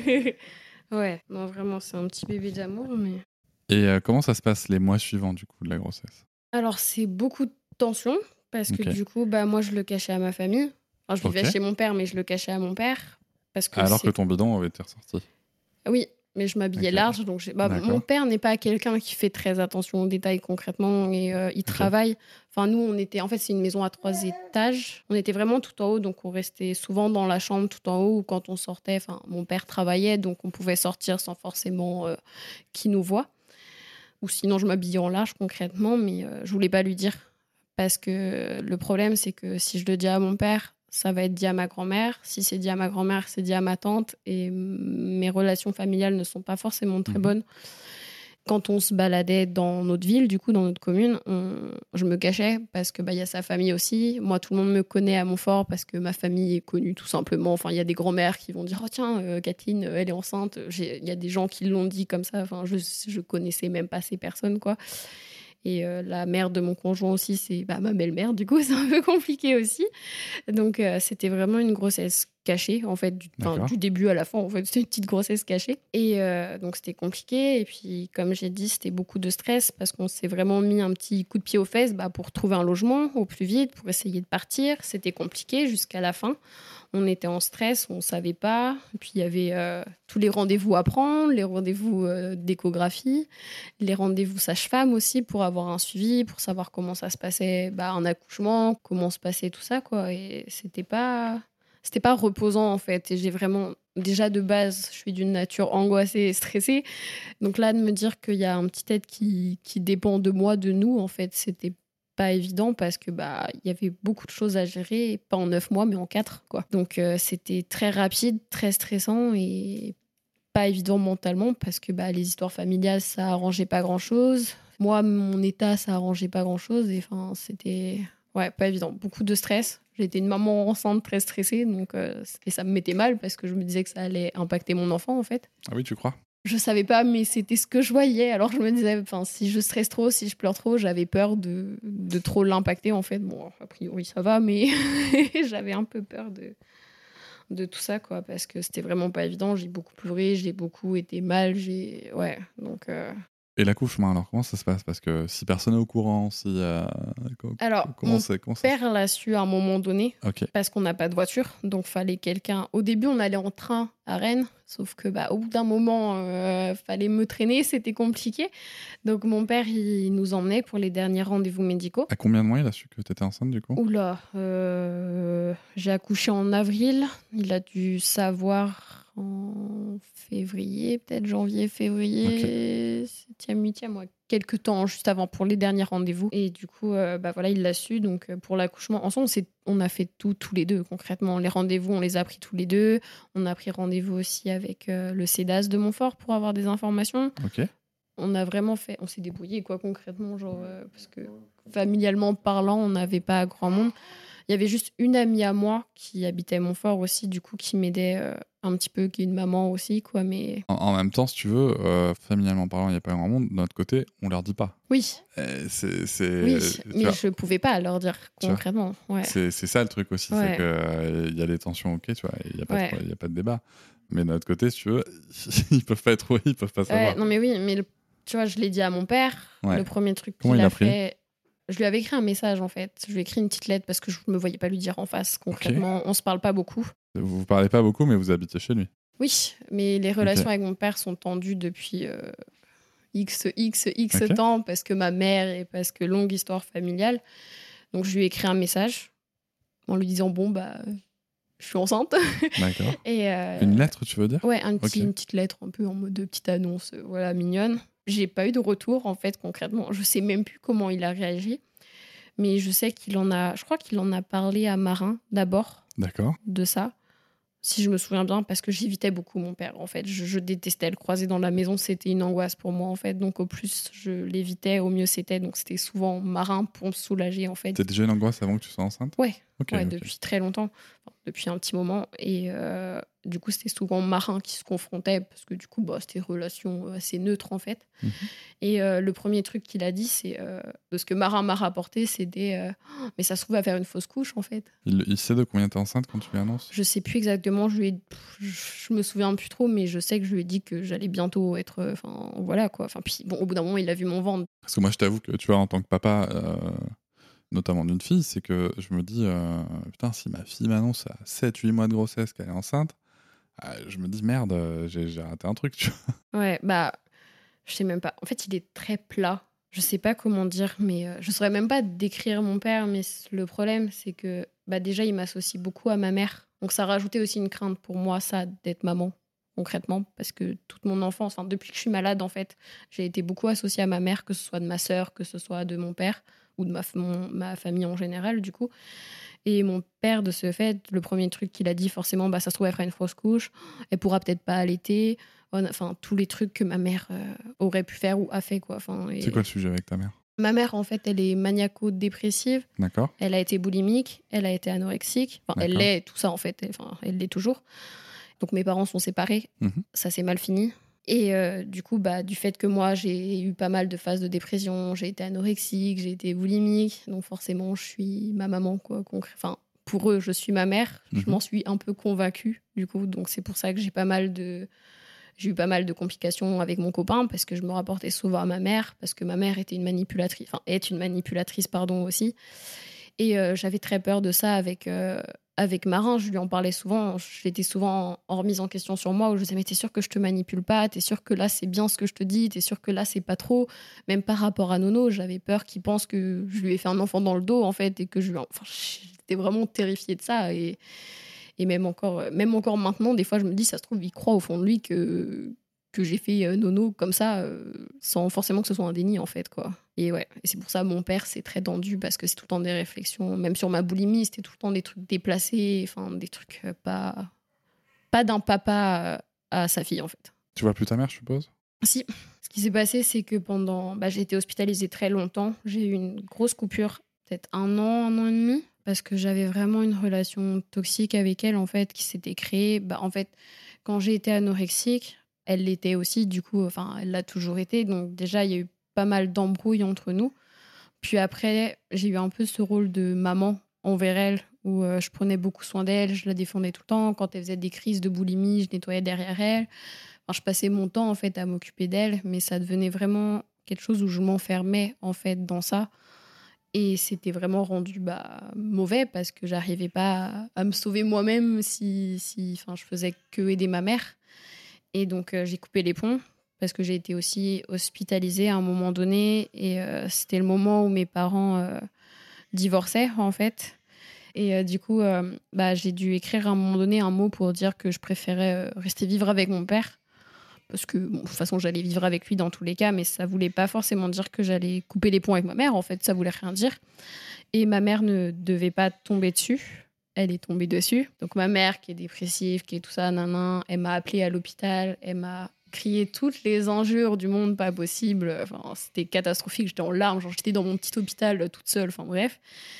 Ouais, non, vraiment, c'est un petit bébé d'amour, mais... Et comment ça se passe les mois suivants, du coup, de la grossesse? Alors, c'est beaucoup de tension parce que, Ok. du coup, moi, je le cachais à ma famille. Enfin, je vivais Ok. chez mon père, mais je le cachais à mon père. Parce que Alors c'est- que ton bidon avait été ressorti. Oui, mais je m'habillais Ok. large. Donc D'accord. mon père n'est pas quelqu'un qui fait très attention aux détails concrètement et il travaille. Enfin, nous, en fait, c'est une maison à 3 étages. On était vraiment tout en haut, donc on restait souvent dans la chambre tout en haut. Ou quand on sortait, enfin, mon père travaillait, donc on pouvait sortir sans forcément qu'il nous voie. Ou sinon, je m'habillais en large concrètement, mais je voulais pas lui dire. Parce que le problème, c'est que si je le dis à mon père, ça va être dit à ma grand-mère. Si c'est dit à ma grand-mère, c'est dit à ma tante. Et mes relations familiales ne sont pas forcément très bonnes. Quand on se baladait dans notre ville, du coup, dans notre commune, je me cachais parce que y a sa famille aussi. Moi, tout le monde me connaît à Montfort parce que ma famille est connue tout simplement. Enfin, il y a des grands-mères qui vont dire « Oh tiens, Kathleen, elle est enceinte. » Il y a des gens qui l'ont dit comme ça. Enfin, je connaissais même pas ces personnes, quoi. Et la mère de mon conjoint aussi, c'est ma belle-mère. Du coup, c'est un peu compliqué aussi. Donc, c'était vraiment une grossesse cachée, en fait, du début à la fin. En fait, c'était une petite grossesse cachée. Et donc, c'était compliqué. Et puis, comme j'ai dit, c'était beaucoup de stress parce qu'on s'est vraiment mis un petit coup de pied aux fesses pour trouver un logement au plus vite, pour essayer de partir. C'était compliqué jusqu'à la fin. On était en stress, on ne savait pas. Et puis, il y avait tous les rendez-vous à prendre, les rendez-vous d'échographie, les rendez-vous sage-femme aussi pour avoir un suivi, pour savoir comment ça se passait un accouchement, comment se passait tout ça, quoi. Et c'était pas reposant, en fait. Et j'ai vraiment... Déjà, de base, je suis d'une nature angoissée et stressée. Donc là, de me dire qu'il y a un petit être qui dépend de moi, de nous, en fait, c'était pas évident parce que il y avait beaucoup de choses à gérer, pas en 9 mois mais en 4, quoi. Donc c'était très rapide, très stressant et pas évident mentalement parce que les histoires familiales ça arrangeait pas grand chose. Moi mon état ça arrangeait pas grand chose et enfin c'était pas évident, beaucoup de stress. J'étais une maman enceinte très stressée donc et ça me mettait mal parce que je me disais que ça allait impacter mon enfant en fait. Ah oui, tu crois? Je savais pas, mais c'était ce que je voyais. Alors je me disais, si je stresse trop, si je pleure trop, j'avais peur de trop l'impacter en fait. Bon, a priori ça va, mais j'avais un peu peur de tout ça, quoi, parce que c'était vraiment pas évident. J'ai beaucoup pleuré, j'ai beaucoup été mal, donc... Et l'accouchement, alors, comment ça se passe? Parce que si personne n'est au courant, si... Alors, comment mon père l'a su à un moment donné, parce qu'on n'a pas de voiture, donc fallait quelqu'un... Au début, on allait en train à Rennes, sauf que au bout d'un moment, fallait me traîner, c'était compliqué. Donc mon père, il nous emmenait pour les derniers rendez-vous médicaux. À combien de mois il a su que tu étais enceinte, du coup? Oula, j'ai accouché en avril, il a dû savoir... en février, peut-être janvier, février, 7e, 8e, quelques temps juste avant pour les derniers rendez-vous. Et du coup, voilà, il l'a su. Donc, pour l'accouchement, ensemble, on a fait tout, tous les deux, concrètement. Les rendez-vous, on les a pris tous les deux. On a pris rendez-vous aussi avec le CEDAS de Montfort pour avoir des informations. On a vraiment fait... On s'est débrouillé, quoi, concrètement, parce que familialement parlant, on n'avait pas grand monde. Il y avait juste une amie à moi qui habitait Montfort aussi, du coup, qui m'aidait un petit peu, qui est une maman aussi, quoi. Mais En même temps, si tu veux, familialement parlant, il n'y a pas grand monde. De notre côté, on leur dit pas. oui, C'est, tu mais vois, je pouvais pas leur dire Tu vois. concrètement. Ouais. c'est ça le truc aussi, Ouais. c'est qu'il y a des tensions, ok, tu vois, il n'y a, pas Ouais. y a pas de débat. Mais de notre côté, si tu veux, ils peuvent pas être, ils peuvent pas savoir. Ouais, non, mais oui, mais tu vois, je l'ai dit à mon père. Ouais. Le premier truc Comment qu'il il a a pris fait, je lui avais écrit un message en fait. Je lui ai écrit une petite lettre parce que je me voyais pas lui dire en face concrètement. On se parle pas beaucoup. Vous parlez pas beaucoup, mais vous habitez chez lui. Oui, mais les relations avec mon père sont tendues depuis X Ok. temps parce que ma mère et parce que longue histoire familiale. Donc je lui ai écrit un message en lui disant bon bah je suis enceinte. D'accord. Et Une lettre, tu veux dire? ouais, Ok. une petite lettre un peu en mode de petite annonce, voilà, mignonne. J'ai pas eu de retour en fait concrètement. Je sais même plus comment il a réagi, mais je sais je crois qu'il en a parlé à Marin d'abord D'accord. de ça, si je me souviens bien, parce que j'évitais beaucoup mon père en fait. Je détestais le croiser dans la maison, c'était une angoisse pour moi en fait. Donc au plus je l'évitais, au mieux c'était. Donc c'était souvent Marin pour me soulager en fait. T'as déjà une angoisse avant que tu sois enceinte? Ouais, Ok. ouais, ok. depuis très longtemps, enfin, depuis un petit moment. Et du coup, c'était souvent Marin qui se confrontait parce que du coup, bah, c'était une relation assez neutre en fait. Mhm. Et le premier truc qu'il a dit, c'est de ce que Marin m'a rapporté, c'est des Oh, mais ça se trouve à faire une fausse couche en fait. Il sait de combien t'es enceinte quand tu lui annonces? Je sais plus exactement, je me souviens plus trop, mais je sais que je lui ai dit que j'allais bientôt être. Enfin, voilà quoi. Enfin, puis bon, au bout d'un moment, il a vu mon ventre. Parce que moi, je t'avoue que, tu vois, en tant que papa, notamment d'une fille, c'est que je me dis, putain, si ma fille m'annonce à 7-8 mois de grossesse qu'elle est enceinte, je me dis, merde, j'ai raté un truc, tu vois. Ouais, bah, je sais même pas. En fait, il est très plat. Je sais pas comment dire, mais je saurais même pas décrire mon père. Mais le problème, c'est que bah, déjà, il m'associe beaucoup à ma mère. Donc, ça rajoutait aussi une crainte pour moi, ça, d'être maman, concrètement. Parce que toute mon enfance, enfin, depuis que je suis malade, en fait, j'ai été beaucoup associée à ma mère, que ce soit de ma sœur, que ce soit de mon père, ou de ma famille en général, du coup. Et mon père, de ce fait, le premier truc qu'il a dit, forcément, bah, ça se trouve, elle fera une fausse couche, elle pourra peut-être pas allaiter. Enfin, tous les trucs que ma mère aurait pu faire ou a fait, quoi. Enfin, et C'est quoi le sujet avec ta mère? ma mère, en fait, elle est maniaco-dépressive. D'accord. Elle a été boulimique, elle a été anorexique. Enfin, elle D'accord. l'est, tout ça, en fait. Enfin, elle l'est toujours. Donc, mes parents sont séparés. Mhm. Ça s'est mal fini. Et du coup, bah, du fait que moi, j'ai eu pas mal de phases de dépression, j'ai été anorexique, j'ai été boulimique. Donc, forcément, je suis ma maman, quoi. Enfin, pour eux, je suis ma mère. Je Mhm. m'en suis un peu convaincue, du coup. Donc, c'est pour ça que j'ai eu pas mal de complications avec mon copain parce que je me rapportais souvent à ma mère, parce que ma mère était une manipulatrice, enfin est une manipulatrice, pardon, aussi. Et j'avais très peur de ça avec Marin. Je lui en parlais souvent. J'étais souvent en remise en question sur moi où je disais, mais t'es sûr que je te manipule pas? T'es sûr que là, c'est bien ce que je te dis? T'es sûr que là, c'est pas trop? Même par rapport à Nono, j'avais peur qu'il pense que je lui ai fait un enfant dans le dos, en fait, et que enfin, j'étais vraiment terrifiée de ça. Et même encore maintenant, des fois, je me dis, ça se trouve, il croit au fond de lui que j'ai fait Nono comme ça, sans forcément que ce soit un déni, en fait, quoi. Et ouais, et c'est pour ça, mon père, c'est très tendu, parce que c'est tout le temps des réflexions. Même sur ma boulimie, c'était tout le temps des trucs déplacés, enfin, des trucs pas d'un papa à sa fille, en fait. Tu vois plus ta mère, je suppose? Si, ce qui s'est passé, c'est que j'ai été hospitalisée très longtemps. J'ai eu une grosse coupure, peut-être un an et demi, parce que j'avais vraiment une relation toxique avec elle, en fait, qui s'était créée. Bah, en fait, quand j'ai été anorexique, elle l'était aussi, du coup, enfin, elle l'a toujours été. Donc déjà, il y a eu pas mal d'embrouilles entre nous. Puis après, j'ai eu un peu ce rôle de maman envers elle, où je prenais beaucoup soin d'elle, je la défendais tout le temps. Quand elle faisait des crises de boulimie, je nettoyais derrière elle. Enfin, je passais mon temps en fait à m'occuper d'elle, mais ça devenait vraiment quelque chose où je m'enfermais en fait dans ça. Et c'était vraiment rendu mauvais parce que j'arrivais pas à me sauver moi-même enfin, je faisais que aider ma mère. Et donc j'ai coupé les ponts parce que j'ai été aussi hospitalisée à un moment donné. Et c'était le moment où mes parents divorçaient en fait. Et du coup, j'ai dû écrire à un moment donné un mot pour dire que je préférais rester vivre avec mon père. Parce que, bon, de toute façon, j'allais vivre avec lui dans tous les cas, mais ça voulait pas forcément dire que j'allais couper les ponts avec ma mère. En fait, ça voulait rien dire. Et ma mère ne devait pas tomber dessus. Elle est tombée dessus. Donc, ma mère, qui est dépressive, qui est tout ça, elle m'a appelée à l'hôpital. Elle m'a crié toutes les injures du monde, pas possible. Enfin, c'était catastrophique. J'étais en larmes. Genre, j'étais dans mon petit hôpital toute seule. Enfin, bref.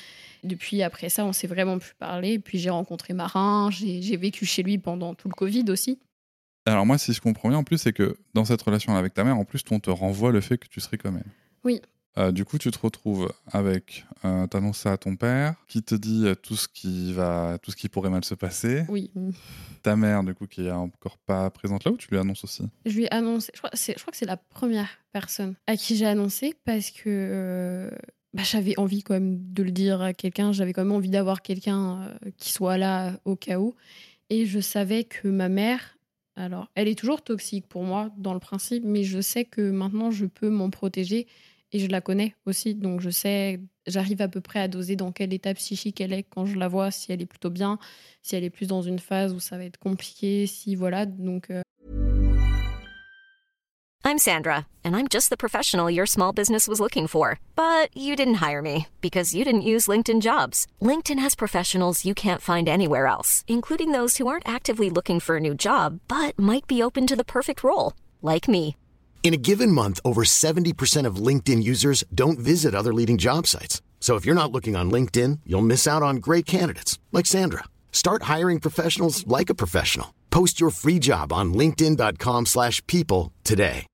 Depuis, après ça, on s'est vraiment plus parlé. Et puis j'ai rencontré Marin, j'ai vécu chez lui pendant tout le Covid aussi. Alors moi, si je comprends bien, en plus, c'est que dans cette relation avec ta mère, en plus, on te renvoie le fait que tu serais comme elle. Oui. Du coup, tu te retrouves avec, t'annonces ça à ton père, qui te dit tout ce qui pourrait mal se passer. Oui. Ta mère, du coup, qui est encore pas présente là, ou tu lui annonces aussi? Je lui ai annoncé, je crois que c'est la première personne à qui j'ai annoncé parce que j'avais envie quand même de le dire à quelqu'un, j'avais quand même envie d'avoir quelqu'un qui soit là au cas où. Et je savais que ma mère, alors elle est toujours toxique pour moi dans le principe, mais je sais que maintenant je peux m'en protéger et je la connais aussi, donc je sais, j'arrive à peu près à doser dans quel état psychique elle est quand je la vois, si elle est plutôt bien, si elle est plus dans une phase où ça va être compliqué, si voilà, donc I'm Sandra, and I'm just the professional your small business was looking for. But you didn't hire me because you didn't use LinkedIn Jobs. LinkedIn has professionals you can't find anywhere else, including those who aren't actively looking for a new job, but might be open to the perfect role, like me. In a given month, over 70% of LinkedIn users don't visit other leading job sites. So if you're not looking on LinkedIn, you'll miss out on great candidates like Sandra. Start hiring professionals like a professional. Post your free job on linkedin.com/people today.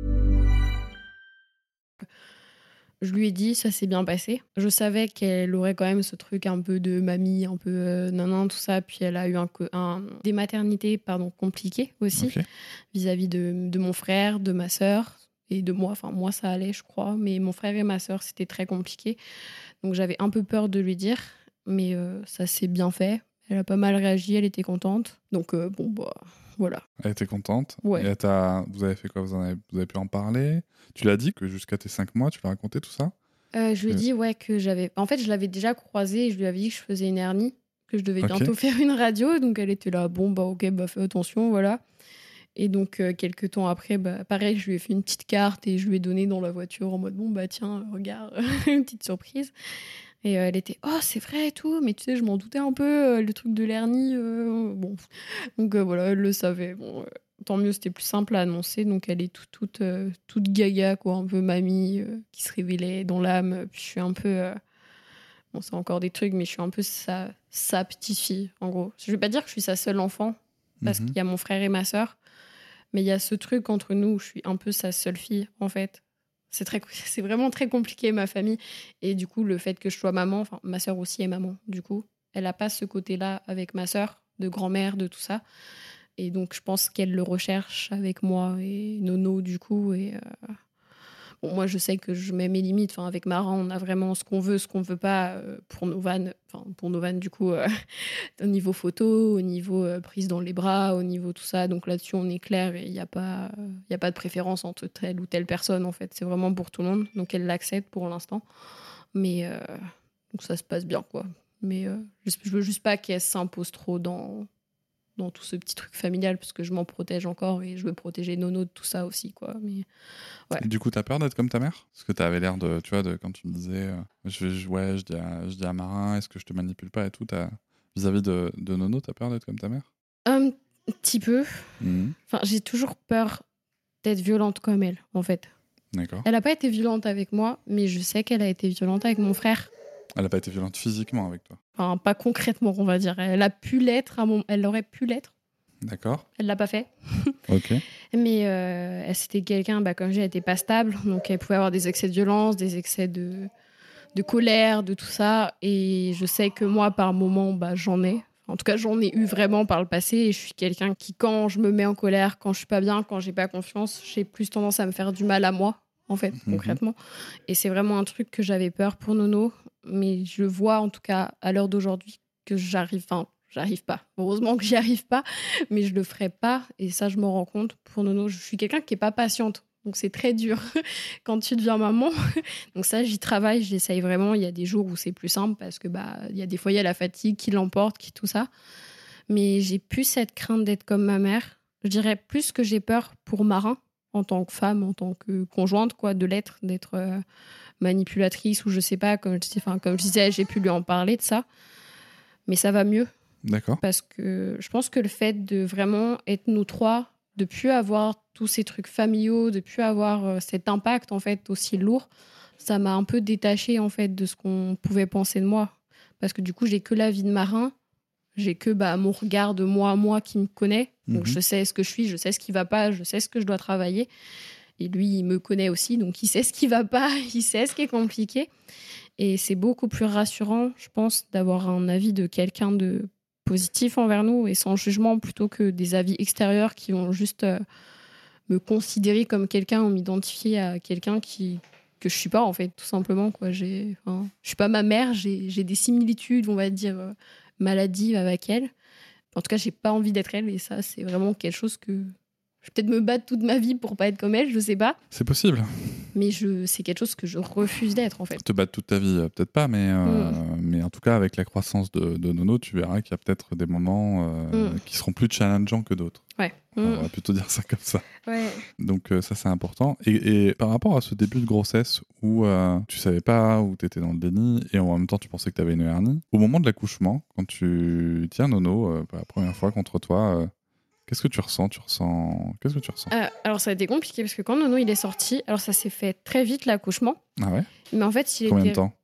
je lui ai dit, ça s'est bien passé. Je savais qu'elle aurait quand même ce truc un peu de mamie, un peu nanan, tout ça. Puis elle a eu des maternités compliquées aussi, vis-à-vis de mon frère, de ma sœur et de moi. Enfin, moi, ça allait, je crois. Mais mon frère et ma sœur, c'était très compliqué. Donc j'avais un peu peur de lui dire. Mais ça s'est bien fait. Elle a pas mal réagi, elle était contente. Donc voilà. Elle était contente. Ouais. Et vous avez fait quoi, vous avez pu en parler? Tu l'as dit que jusqu'à tes 5 mois, tu l'as raconté tout ça? Je lui ai dit que j'avais... En fait, je l'avais déjà croisée et je lui avais dit que je faisais une hernie, que je devais bientôt faire une radio. Donc elle était là, fais attention, voilà. Et donc quelques temps après, pareil, je lui ai fait une petite carte et je lui ai donné dans la voiture en mode, tiens, regarde, une petite surprise. Et elle était, oh, c'est vrai et tout, mais tu sais, je m'en doutais un peu, le truc de l'hernie. Bon. Donc voilà, elle le savait. Bon, tant mieux, c'était plus simple à annoncer. Donc elle est toute gaga, quoi, un peu mamie, qui se révélait dans l'âme. Puis je suis un peu. C'est encore des trucs, mais je suis un peu sa petite fille, en gros. Je vais pas dire que je suis sa seule enfant, parce qu'il y a mon frère et ma sœur. Mais il y a ce truc entre nous où je suis un peu sa seule fille, en fait. C'est vraiment très compliqué, ma famille. Et du coup, le fait que je sois maman, ma sœur aussi est maman, du coup. Elle n'a pas ce côté-là avec ma sœur, de grand-mère, de tout ça. Et donc, je pense qu'elle le recherche avec moi et Nono, du coup. Et moi, je sais que je mets mes limites. Avec Marin, on a vraiment ce qu'on veut pas pour Novan, du coup, au niveau photo, au niveau prise dans les bras, au niveau tout ça. Donc là-dessus, on est clair et il n'y a pas de préférence entre telle ou telle personne, en fait. C'est vraiment pour tout le monde. Donc elle l'accepte pour l'instant. Mais donc ça se passe bien, quoi. Mais je veux juste pas qu'elle s'impose trop dans tout ce petit truc familial, parce que je m'en protège encore et je veux protéger Nono de tout ça aussi, quoi. Mais ouais. Du coup, t'as peur d'être comme ta mère? Parce que t'avais l'air de, tu vois, quand tu me disais, je dis à Marin, est-ce que je te manipule pas et tout, vis-à-vis de Nono, t'as peur d'être comme ta mère? Un petit peu. J'ai toujours peur d'être violente comme elle, en fait. D'accord. Elle a pas été violente avec moi, mais je sais qu'elle a été violente avec mon frère. Elle n'a pas été violente physiquement avec toi? Pas concrètement, on va dire. Elle a pu l'être, elle aurait pu l'être. D'accord. Elle l'a pas fait. Ok. Mais c'était quelqu'un, comme je dis, elle n'était pas stable. Donc elle pouvait avoir des excès de violence, des excès de colère, de tout ça. Et je sais que moi, par moment, j'en ai. En tout cas, j'en ai eu vraiment par le passé. Et je suis quelqu'un qui, quand je me mets en colère, quand je suis pas bien, quand j'ai pas confiance, j'ai plus tendance à me faire du mal à moi, en fait, concrètement. Et c'est vraiment un truc que j'avais peur pour Nono. Mais je vois, en tout cas, à l'heure d'aujourd'hui, que j'arrive pas. Heureusement que j'y arrive pas, mais je le ferai pas. Et ça, je me rends compte. Pour Nono, je suis quelqu'un qui est pas patiente. Donc, c'est très dur quand tu deviens maman. Donc ça, j'y travaille, j'essaye vraiment. Il y a des jours où c'est plus simple parce que il y a des fois, il y a la fatigue qui l'emporte, tout ça. Mais j'ai plus cette crainte d'être comme ma mère. Je dirais plus que j'ai peur pour Marin, en tant que femme, en tant que conjointe, quoi, d'être manipulatrice ou je sais pas, comme je disais, j'ai pu lui en parler de ça, mais ça va mieux. D'accord. Parce que je pense que le fait de vraiment être nous trois, de plus avoir tous ces trucs familiaux, de plus avoir cet impact en fait aussi lourd, ça m'a un peu détachée en fait de ce qu'on pouvait penser de moi. parce que du coup, j'ai que la vie de marin. J'ai que mon regard de moi à moi qui me connaît. Donc, je sais ce que je suis, je sais ce qui va pas, je sais ce que je dois travailler. Et lui, il me connaît aussi, donc il sait ce qui va pas, il sait ce qui est compliqué. Et c'est beaucoup plus rassurant, je pense, d'avoir un avis de quelqu'un de positif envers nous et sans jugement, plutôt que des avis extérieurs qui vont juste me considérer comme quelqu'un ou m'identifier à quelqu'un que je suis pas, en fait, tout simplement, quoi. Je suis pas ma mère, j'ai des similitudes, on va dire, maladives avec elle. En tout cas, j'ai pas envie d'être elle, et ça, c'est vraiment quelque chose que je vais peut-être me battre toute ma vie pour pas être comme elle, je sais pas. C'est possible. Mais c'est quelque chose que je refuse d'être, en fait. Te battre toute ta vie, peut-être pas, mais en tout cas, avec la croissance de Nono, tu verras qu'il y a peut-être des moments qui seront plus challengeants que d'autres. Ouais. On va plutôt dire ça comme ça. Ouais. Donc ça, c'est important. Et par rapport à ce début de grossesse où tu savais pas, où tu étais dans le déni, et en même temps, tu pensais que tu avais une hernie, au moment de l'accouchement, quand tu tiens Nono pour la première fois contre toi, qu'est-ce que tu ressens? Qu'est-ce que tu ressens? Alors, ça a été compliqué parce que quand Nono il est sorti, alors ça s'est fait très vite l'accouchement. Ah ouais? Mais en fait, Combien de temps?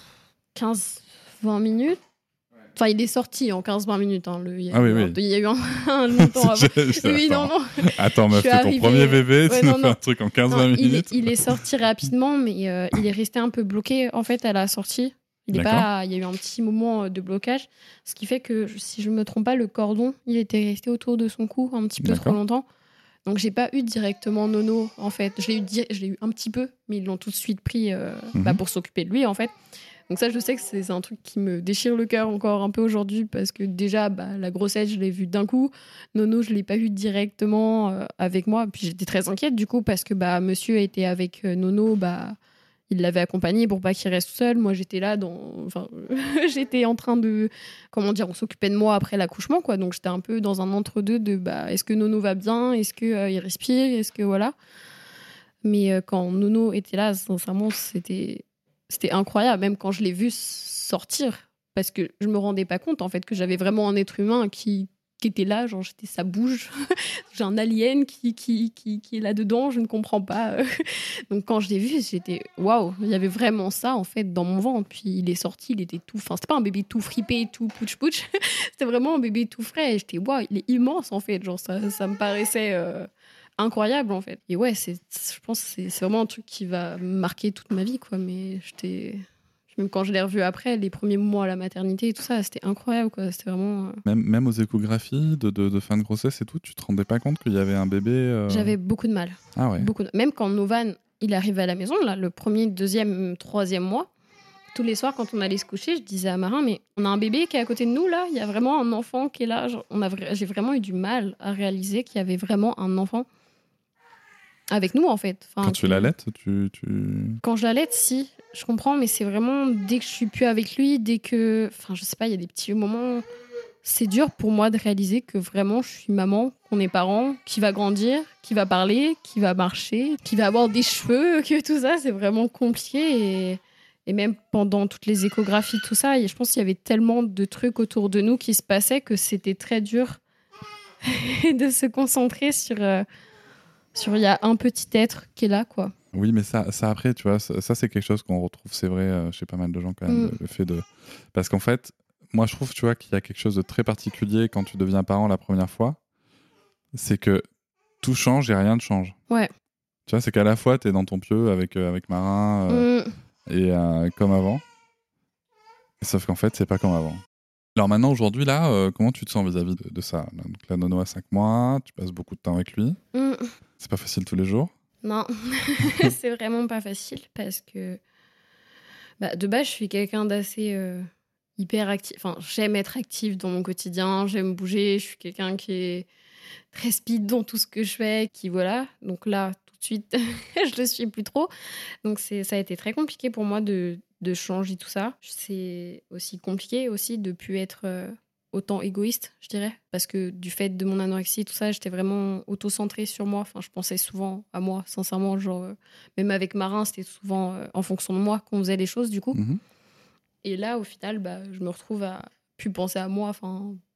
15-20 minutes. Enfin, il est sorti en 15-20 minutes. Hein. Il y a eu un longtemps avant. Oui, non. Attends, meuf, c'est ton premier bébé, tu nous fais un truc en 15-20 minutes? Il est sorti rapidement, mais il est resté un peu bloqué en fait à la sortie. Il y a eu un petit moment de blocage, ce qui fait que, si je ne me trompe pas, le cordon, il était resté autour de son cou un petit peu trop longtemps. Donc, j'ai pas eu directement Nono, en fait. Je l'ai eu un petit peu, mais ils l'ont tout de suite pris pour s'occuper de lui, en fait. Donc ça, je sais que c'est un truc qui me déchire le cœur encore un peu aujourd'hui, parce que déjà, la grossesse, je l'ai vue d'un coup. Nono, je l'ai pas eu directement avec moi. Puis j'étais très inquiète, du coup, parce que monsieur était avec Nono, il l'avait accompagné pour pas qu'il reste seul. Moi, j'étais là j'étais en train de... Comment dire? On s'occupait de moi après l'accouchement, quoi. Donc, j'étais un peu dans un entre-deux de est-ce que Nono va bien? Est-ce qu'il respire? Est-ce que voilà? Mais quand Nono était là, sincèrement, c'était incroyable. Même quand je l'ai vu sortir, parce que je me rendais pas compte, en fait, que j'avais vraiment un être humain qui était là, genre ça bouge. J'ai un alien qui est là-dedans, je ne comprends pas. Donc quand je l'ai vu, j'étais waouh, il y avait vraiment ça en fait dans mon ventre. Puis il est sorti, il était tout, enfin c'était pas un bébé tout fripé, tout pouch, c'était vraiment un bébé tout frais. Et j'étais waouh, il est immense en fait, genre ça me paraissait incroyable en fait. Et ouais, je pense que c'est vraiment un truc qui va marquer toute ma vie, quoi. Mais même quand je l'ai revu après, les premiers mois à la maternité et tout ça, c'était incroyable, quoi. C'était vraiment... Même aux échographies de fin de grossesse et tout, tu te rendais pas compte qu'il y avait un bébé J'avais beaucoup de mal. Ah ouais. Même quand Novan, il arrivait à la maison, là, le premier, deuxième, troisième mois, tous les soirs, quand on allait se coucher, je disais à Marin, mais on a un bébé qui est à côté de nous, là. Il y a vraiment un enfant qui est là. J'ai vraiment eu du mal à réaliser qu'il y avait vraiment un enfant avec nous, en fait. Quand tu l'allaites, Quand je l'allaite, si, je comprends, mais c'est vraiment dès que je suis plus avec lui, dès que... Enfin, je sais pas, il y a des petits moments... C'est dur pour moi de réaliser que vraiment, je suis maman, qu'on est parents, qui va grandir, qui va parler, qui va marcher, qui va avoir des cheveux, que tout ça, c'est vraiment compliqué. Et même pendant toutes les échographies, tout ça, je pense qu'il y avait tellement de trucs autour de nous qui se passaient que c'était très dur de se concentrer sur il y a un petit être qui est là, quoi. Oui, mais ça après, tu vois, ça c'est quelque chose qu'on retrouve, c'est vrai, chez pas mal de gens quand même, le fait de... Parce qu'en fait, moi je trouve, tu vois, qu'il y a quelque chose de très particulier quand tu deviens parent la première fois, c'est que tout change et rien ne change. Ouais. Tu vois, c'est qu'à la fois, t'es dans ton pieu avec Marin et comme avant, sauf qu'en fait, c'est pas comme avant. Alors maintenant, aujourd'hui, là, comment tu te sens vis-à-vis de ça? Donc la Nono a 5 mois, tu passes beaucoup de temps avec lui. C'est pas facile tous les jours? Non, c'est vraiment pas facile parce que de base, je suis quelqu'un d'assez hyper actif. Enfin, j'aime être active dans mon quotidien, j'aime bouger, je suis quelqu'un qui est très speed dans tout ce que je fais, qui voilà. Donc là, tout de suite, je le suis plus trop. Donc ça a été très compliqué pour moi de changer tout ça. C'est aussi compliqué aussi de plus être autant égoïste, je dirais, parce que du fait de mon anorexie, tout ça, j'étais vraiment auto-centrée sur moi. Enfin, je pensais souvent à moi, sincèrement, genre même avec Marin, c'était souvent en fonction de moi qu'on faisait les choses, du coup. Et là, au final, je me retrouve à plus penser à moi. Enfin,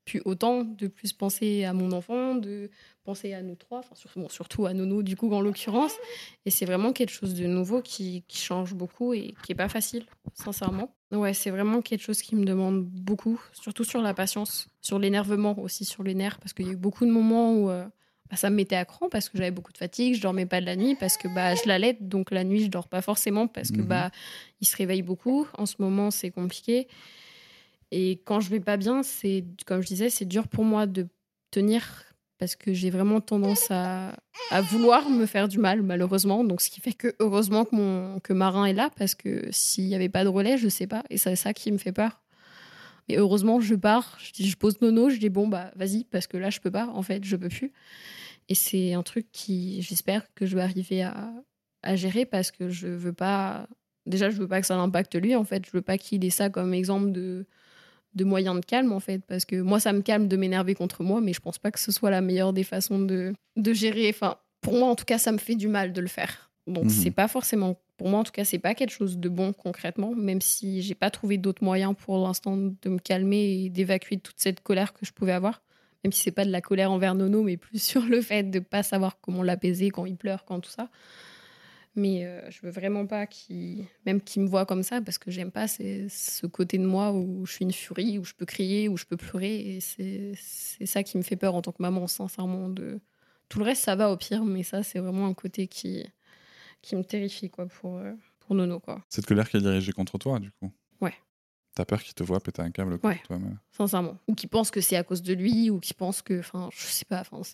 plus autant, de plus penser à mon enfant, de penser à nous trois, surtout à Nono du coup en l'occurrence. Et c'est vraiment quelque chose de nouveau qui change beaucoup et qui est pas facile, sincèrement. Ouais, c'est vraiment quelque chose qui me demande beaucoup, surtout sur la patience, sur l'énervement aussi, sur les nerfs, parce qu'il y a eu beaucoup de moments où ça me mettait à cran parce que j'avais beaucoup de fatigue, je dormais pas de la nuit parce que je l'allaite, donc la nuit je dors pas forcément parce que il se réveille beaucoup. En ce moment c'est compliqué. Et quand je vais pas bien, c'est, comme je disais, c'est dur pour moi de tenir parce que j'ai vraiment tendance à vouloir me faire du mal, malheureusement. Donc, ce qui fait que, heureusement que Marin est là parce que s'il n'y avait pas de relais, je sais pas. Et c'est ça qui me fait peur. Mais heureusement, je pars, je pose Nono, je dis bon, vas-y, parce que là, je peux pas. En fait, je peux plus. Et c'est un truc qui, j'espère que je vais arriver à gérer parce que je veux pas. Déjà, je veux pas que ça l'impacte lui, en fait. Je veux pas qu'il ait ça comme exemple de moyens de calme, en fait, parce que moi, ça me calme de m'énerver contre moi, mais je pense pas que ce soit la meilleure des façons de gérer. Enfin, pour moi, en tout cas, ça me fait du mal de le faire. Donc, c'est pas forcément... Pour moi, en tout cas, c'est pas quelque chose de bon, concrètement, même si j'ai pas trouvé d'autres moyens pour l'instant de me calmer et d'évacuer toute cette colère que je pouvais avoir. Même si c'est pas de la colère envers Nono, mais plus sur le fait de pas savoir comment l'apaiser quand il pleure, quand tout ça. Mais je veux vraiment pas qu'il me voit comme ça parce que j'aime pas ce côté de moi où je suis une furie, où je peux crier, où je peux pleurer. Et c'est ça qui me fait peur en tant que maman, sincèrement. Tout le reste, ça va au pire, mais ça, c'est vraiment un côté qui me terrifie quoi, pour Nono. Quoi. Cette colère qui est dirigée contre toi, du coup. Ouais. T'as peur qu'il te voit péter un câble contre toi-même. Sincèrement. Ou qu'il pense que c'est à cause de lui, ou qu'il pense que... Enfin, je sais pas. Enfin,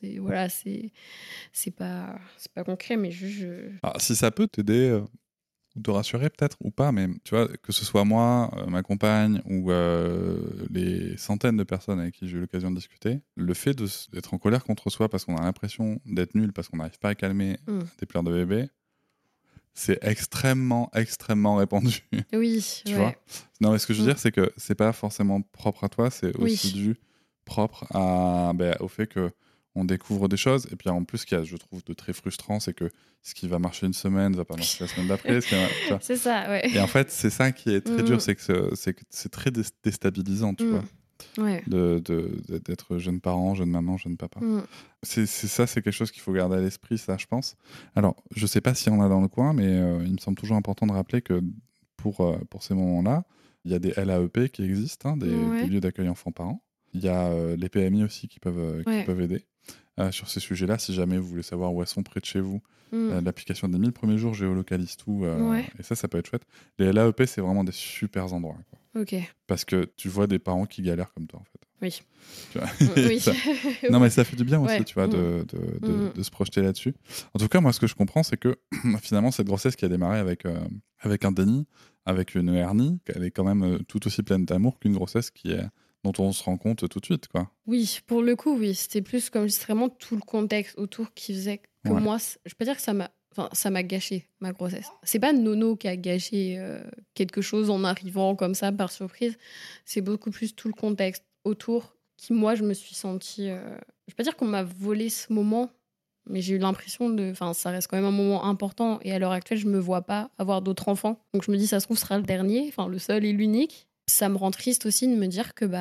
c'est pas concret, mais Alors, si ça peut t'aider, ou te rassurer peut-être, ou pas, mais tu vois, que ce soit moi, ma compagne, ou les centaines de personnes avec qui j'ai eu l'occasion de discuter, le fait d'être en colère contre soi parce qu'on a l'impression d'être nul, parce qu'on n'arrive pas à calmer des pleurs de bébé, c'est extrêmement, extrêmement répandu. Oui, tu vois. Non, mais ce que je veux dire, c'est que c'est pas forcément propre à toi, c'est aussi dû propre au fait que on découvre des choses. Et puis en plus, ce qu'il y a, je trouve, de très frustrant, c'est que ce qui va marcher une semaine va pas marcher la semaine d'après. C'est ça, ouais. Et en fait, c'est ça qui est très dur, c'est que c'est très déstabilisant, tu vois. Ouais. D'être jeune parent, jeune maman, jeune papa. C'est quelque chose qu'il faut garder à l'esprit, ça, je pense. Alors, je sais pas s'il y en a dans le coin, mais il me semble toujours important de rappeler que pour ces moments-là, il y a des LAEP qui existent, des lieux d'accueil enfants-parents. Il y a les PMI aussi qui peuvent aider sur ces sujets-là. Si jamais vous voulez savoir où elles sont près de chez vous, l'application des 1000 premiers jours géolocalise tout. Et ça peut être chouette. Les LAEP, c'est vraiment des super endroits. Quoi. Ok. Parce que tu vois des parents qui galèrent comme toi, en fait. Oui. Tu vois oui. Non, mais ça fait du bien aussi, tu vois, de se projeter là-dessus. En tout cas, moi, ce que je comprends, c'est que finalement, cette grossesse qui a démarré avec un déni, avec une hernie, elle est quand même tout aussi pleine d'amour qu'une grossesse dont on se rend compte tout de suite, quoi. Oui, pour le coup, oui. C'était plus comme vraiment tout le contexte autour qui faisait que moi, je peux dire que ça m'a gâché ma grossesse. C'est pas Nono qui a gâché quelque chose en arrivant comme ça par surprise. C'est beaucoup plus tout le contexte autour qui, moi, je me suis sentie... Je vais pas dire qu'on m'a volé ce moment, mais j'ai eu l'impression ça reste quand même un moment important. Et à l'heure actuelle, je me vois pas avoir d'autres enfants. Donc je me dis, ça se trouve, ce sera le dernier, le seul et l'unique. Ça me rend triste aussi de me dire que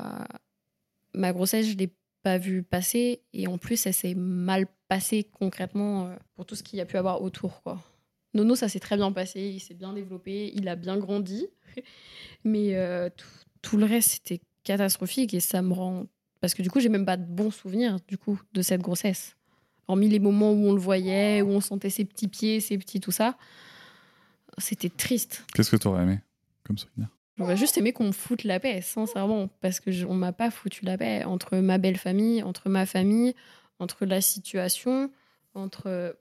ma grossesse, je l'ai pas vue passer. Et en plus, elle s'est mal passée concrètement pour tout ce qu'il y a pu avoir autour, quoi. Nono, ça s'est très bien passé. Il s'est bien développé. Il a bien grandi. Mais tout le reste, c'était catastrophique. Et ça me rend... Parce que du coup, j'ai même pas de bons souvenirs de cette grossesse. Hormis les moments où on le voyait, où on sentait ses petits pieds, ses petits tout ça. C'était triste. Qu'est-ce que tu aurais aimé comme souvenir ? J'aurais juste aimé qu'on me foute la paix, sincèrement, parce qu'on m'a pas foutu la paix entre ma belle famille, entre ma famille, entre la situation, entre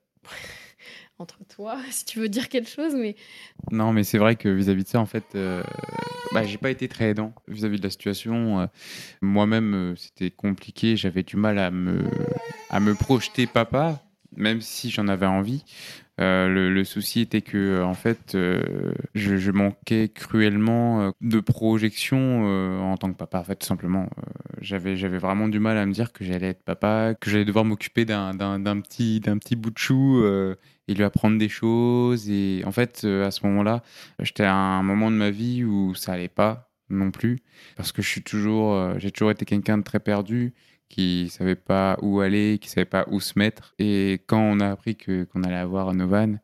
toi, si tu veux dire quelque chose, mais... Non, mais c'est vrai que vis-à-vis de ça, en fait, j'ai pas été très aidant vis-à-vis de la situation. Moi-même, c'était compliqué, j'avais du mal à me projeter papa, même si j'en avais envie. Le souci était que en fait je manquais cruellement de projection en tant que papa. En fait, tout simplement, j'avais vraiment du mal à me dire que j'allais être papa, que j'allais devoir m'occuper d'un petit bout de chou et lui apprendre des choses. Et en fait, à ce moment-là, j'étais à un moment de ma vie où ça allait pas. non plus, parce que j'ai toujours été quelqu'un de très perdu, qui savait pas où aller, qui savait pas où se mettre. Et quand on a appris qu'on allait avoir Novan,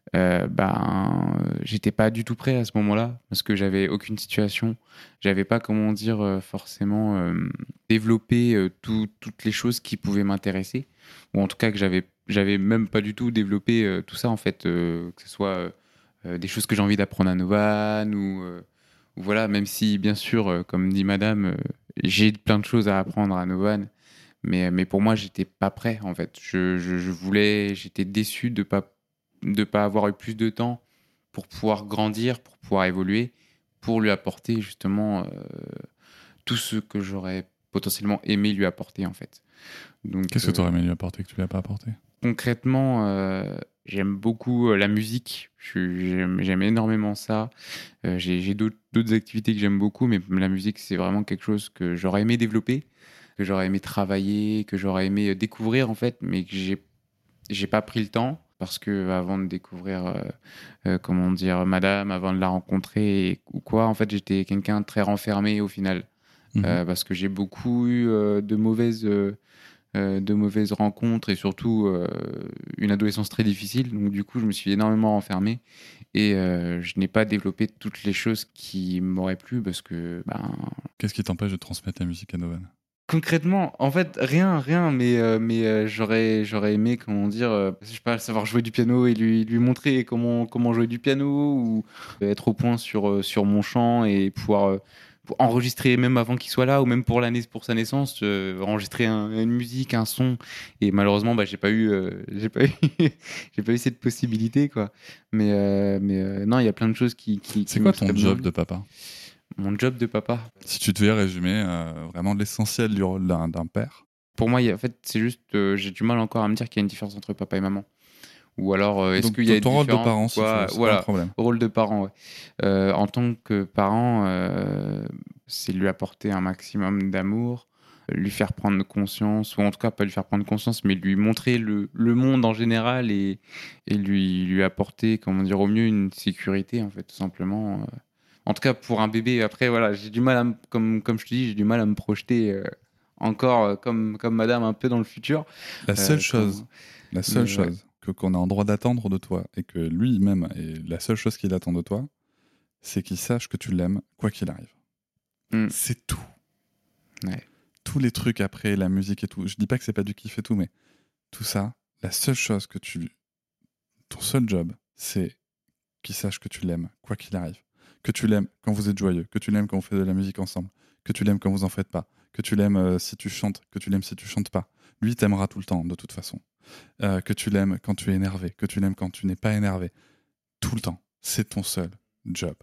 j'étais pas du tout prêt à ce moment-là, parce que j'avais aucune situation, j'avais pas, forcément développé toutes les choses qui pouvaient m'intéresser, ou en tout cas que j'avais même pas du tout développé tout ça en fait, que ce soit des choses que j'ai envie d'apprendre à Novan ou voilà, même si bien sûr, comme dit Madame, j'ai plein de choses à apprendre à Novan, mais pour moi j'étais pas prêt en fait. J'étais déçu de pas avoir eu plus de temps pour pouvoir grandir, pour pouvoir évoluer, pour lui apporter justement tout ce que j'aurais potentiellement aimé lui apporter en fait. Donc, Qu'est-ce que tu aurais aimé lui apporter que tu lui as pas apporté? Concrètement, j'aime beaucoup la musique. J'aime énormément ça. J'ai d'autres activités que j'aime beaucoup, mais la musique, c'est vraiment quelque chose que j'aurais aimé développer, que j'aurais aimé travailler, que j'aurais aimé découvrir en fait, mais que j'ai pas pris le temps. Parce que avant de découvrir, Madame, avant de la rencontrer ou quoi, en fait, j'étais quelqu'un de très renfermé au final. Parce que j'ai beaucoup eu de mauvaises rencontres et surtout une adolescence très difficile. Donc du coup, je me suis énormément renfermé et je n'ai pas développé toutes les choses qui m'auraient plu parce que... Qu'est-ce qui t'empêche de transmettre la musique à Novan? Concrètement, en fait, rien, mais j'aurais aimé, je sais pas, savoir jouer du piano et lui montrer comment jouer du piano ou être au point sur mon chant et pouvoir pour enregistrer même avant qu'il soit là ou même pour sa naissance, enregistrer une musique, un son. Et malheureusement, j'ai pas eu cette possibilité, quoi. Mais non, il y a plein de choses qui C'est quoi ton job de papa? Mon job de papa. Si tu devais résumer vraiment l'essentiel du rôle d'un père. Pour moi, en fait, c'est juste, j'ai du mal encore à me dire qu'il y a une différence entre papa et maman. Ou alors, est-ce qu'il y a une ton rôle de différence, parent, si tu veux, c'est pas un problème. Rôle de parent, ouais. En tant que parent, c'est lui apporter un maximum d'amour, lui faire prendre conscience, ou en tout cas pas lui faire prendre conscience, mais lui montrer le monde en général et lui apporter, au mieux une sécurité, en fait, tout simplement. En tout cas, pour un bébé, après, voilà, j'ai du mal comme je te dis, j'ai du mal à me projeter encore comme Madame un peu dans le futur. La seule chose qu'on a en droit d'attendre de toi et que lui-même est la seule chose qu'il attend de toi, c'est qu'il sache que tu l'aimes quoi qu'il arrive. C'est tout. Ouais. Tous les trucs après, la musique et tout. Je dis pas que c'est pas du kiff et tout, mais tout ça, la seule chose ton seul job, c'est qu'il sache que tu l'aimes quoi qu'il arrive. Que tu l'aimes quand vous êtes joyeux, que tu l'aimes quand vous faites de la musique ensemble, que tu l'aimes quand vous en faites pas, que tu l'aimes si tu chantes, que tu l'aimes si tu chantes pas. Lui, il t'aimera tout le temps, de toute façon. Que tu l'aimes quand tu es énervé, que tu l'aimes quand tu n'es pas énervé. Tout le temps. C'est ton seul job.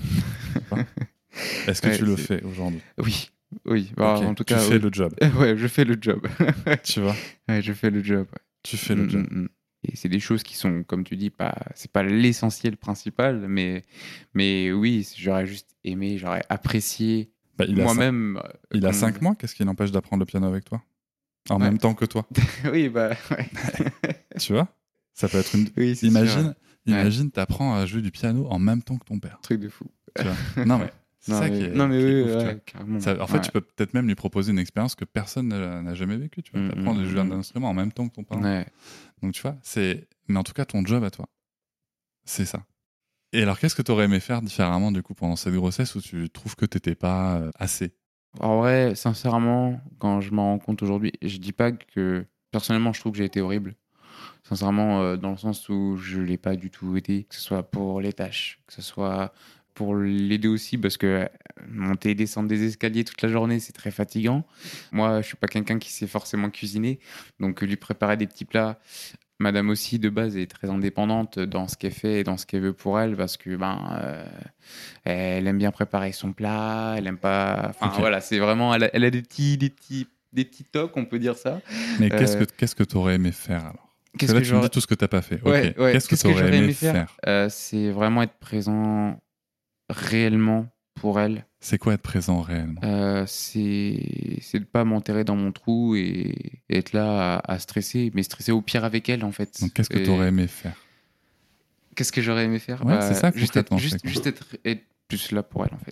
Est-ce que tu le fais aujourd'hui? Oui. Okay. En tout cas, tu fais le job. Ouais, je fais le job. Tu vois? Ouais, je fais le job. Ouais. Tu fais le job. Et c'est des choses qui sont, comme tu dis, c'est pas l'essentiel principal, mais oui, j'aurais juste aimé, j'aurais apprécié moi-même. Il a 5 mois, qu'est-ce qui l'empêche d'apprendre le piano avec toi? En même temps que toi? Oui, ouais. Tu vois? Ça peut être une... Oui, Imagine, t'apprends à jouer du piano en même temps que ton père. Truc de fou. Tu vois? Non, mais c'est ça qui est... Non, mais oui, ouf, carrément. En fait, tu peux peut-être même lui proposer une expérience que personne n'a jamais vécue. Tu vois, t'apprends à jouer un instrument en même temps que ton parent. Ouais. Donc, tu vois, mais en tout cas, ton job à toi, c'est ça. Et alors, qu'est-ce que tu aurais aimé faire différemment, du coup, pendant cette grossesse où tu trouves que t'étais pas assez? En vrai, sincèrement, quand je m'en rends compte aujourd'hui, je dis pas que... Personnellement, je trouve que j'ai été horrible. Sincèrement, dans le sens où je l'ai pas du tout été, que ce soit pour les tâches, que ce soit pour l'aider aussi, parce que monter et descendre des escaliers toute la journée, c'est très fatigant. Moi, je suis pas quelqu'un qui sait forcément cuisiner, donc lui préparer des petits plats. Madame aussi, de base, est très indépendante dans ce qu'elle fait et dans ce qu'elle veut pour elle, parce que elle aime bien préparer son plat, elle aime pas... Enfin, voilà, c'est vraiment... Elle a des petits tocs, on peut dire ça. Mais qu'est-ce que tu aurais aimé faire alors? Parce que là, tu me dis tout ce que tu n'as pas fait. Ouais, okay. Qu'est-ce que tu aurais aimé faire? C'est vraiment être présent réellement pour elle. C'est quoi être présent réellement? C'est de ne pas m'enterrer dans mon trou et être là à stresser, mais stresser au pire avec elle en fait. Donc qu'est-ce que tu aurais aimé faire? Qu'est-ce que j'aurais aimé faire? Ouais, c'est ça, juste être plus là pour elle en fait.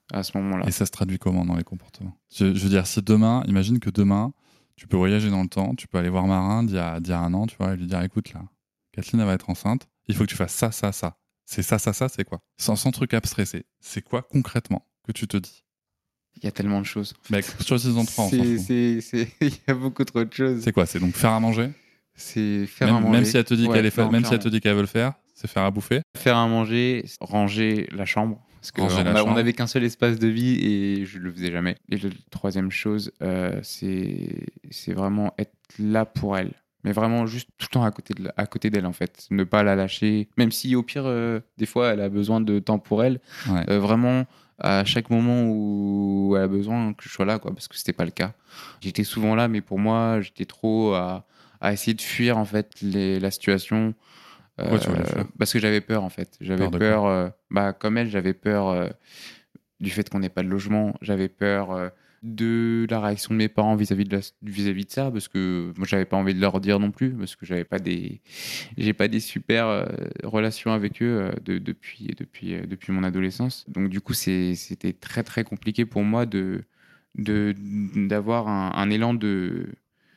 à ce moment-là. Et ça se traduit comment dans les comportements ? Je veux dire, si demain, imagine que demain, tu peux voyager dans le temps, tu peux aller voir Marin d'il y a 1 an, tu vois, et lui dire, écoute là, Kathleen, elle va être enceinte, il faut que tu fasses ça, ça, ça. C'est ça, c'est quoi ? Sans truc abstrait, c'est quoi concrètement que tu te dis ? Il y a tellement de choses. Mec, choisis-en 3, on s'en fout. Il y a beaucoup trop de choses. C'est quoi ? C'est donc faire à manger ? C'est faire à manger. Même si elle te dit Ouais, même si elle te dit qu'elle veut le faire, c'est faire à bouffer. Faire à manger, ranger la chambre. Parce qu'on n'avait qu'un seul espace de vie et je le faisais jamais. Et la troisième chose, c'est vraiment être là pour elle. Mais vraiment juste tout le temps à côté d'elle en fait. Ne pas la lâcher. Même si au pire, des fois, elle a besoin de temps pour elle. Ouais. Vraiment, à chaque moment où elle a besoin que je sois là, quoi, parce que c'était pas le cas. J'étais souvent là, mais pour moi, j'étais trop à essayer de fuir en fait la situation. Pourquoi tu voulais fuir ? Parce que j'avais peur en fait. J'avais peur, comme elle, j'avais peur du fait qu'on n'ait pas de logement. J'avais peur de la réaction de mes parents vis-à-vis de ça, parce que moi j'avais pas envie de leur dire non plus, parce que j'ai pas des super relations avec eux depuis mon adolescence. Donc du coup c'était très très compliqué pour moi d'avoir un élan de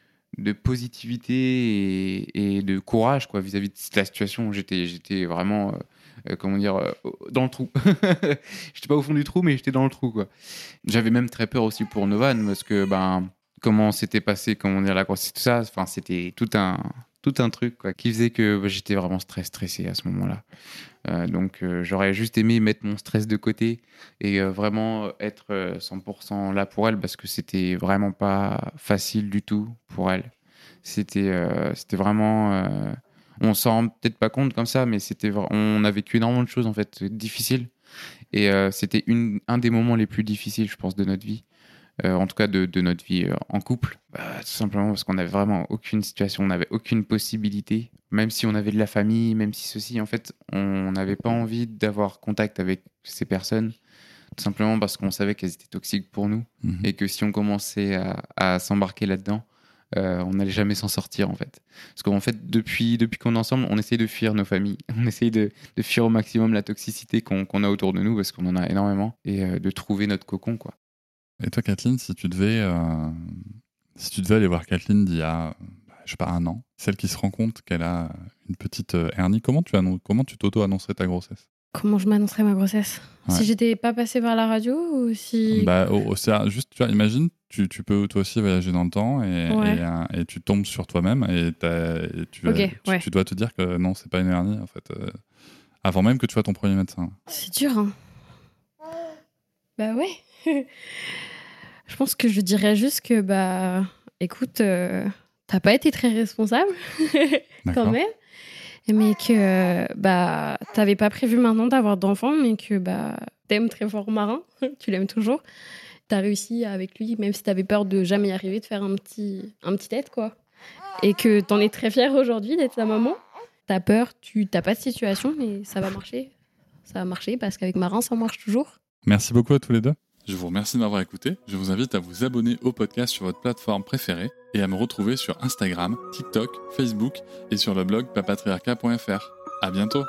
positivité et de courage quoi vis-à-vis de la situation. J'étais vraiment dans le trou. J'étais pas au fond du trou, mais j'étais dans le trou quoi. J'avais même très peur aussi pour Novan, parce que comment s'était passé la grossesse, tout ça, enfin c'était tout un truc quoi, qui faisait que j'étais vraiment stressé à ce moment-là. Donc j'aurais juste aimé mettre mon stress de côté et vraiment être 100% là pour elle, parce que c'était vraiment pas facile du tout pour elle. C'était vraiment on s'en rend peut-être pas compte comme ça, mais on a vécu énormément de choses en fait difficiles, et c'était un des moments les plus difficiles je pense de notre vie. En tout cas de notre vie en couple, tout simplement parce qu'on n'avait vraiment aucune situation, on n'avait aucune possibilité, même si on avait de la famille, même si ceci, en fait, on n'avait pas envie d'avoir contact avec ces personnes, tout simplement parce qu'on savait qu'elles étaient toxiques pour nous, et que si on commençait à s'embarquer là-dedans, on n'allait jamais s'en sortir en fait. Parce qu'en fait, depuis qu'on est ensemble, on essaye de fuir nos familles, on essaye de fuir au maximum la toxicité qu'on a autour de nous, parce qu'on en a énormément, et de trouver notre cocon quoi. Et toi, Kathleen, si tu devais aller voir Kathleen d'il y a, je sais pas, 1 an, celle qui se rend compte qu'elle a une petite hernie, comment tu t'auto-annoncerais ta grossesse ? Comment je m'annoncerais ma grossesse ? Ouais. Si j'étais pas passée par la radio ou si... Juste, tu vois, imagine, tu peux toi aussi voyager dans le temps et tu tombes sur toi-même et tu dois te dire que non, c'est pas une hernie en fait, avant même que tu sois ton premier médecin. C'est dur, hein. Bah ouais. Je pense que je dirais juste que, écoute, t'as pas été très responsable, quand même. Mais que, t'avais pas prévu maintenant d'avoir d'enfant, mais que, t'aimes très fort Marin, tu l'aimes toujours. T'as réussi avec lui, même si t'avais peur de jamais y arriver, de faire un petit tête, quoi. Et que t'en es très fière aujourd'hui d'être sa maman. T'as peur, t'as pas de situation, mais ça va marcher. Ça va marcher parce qu'avec Marin, ça marche toujours. Merci beaucoup à tous les deux. Je vous remercie de m'avoir écouté. Je vous invite à vous abonner au podcast sur votre plateforme préférée et à me retrouver sur Instagram, TikTok, Facebook et sur le blog papatriarca.fr. À bientôt.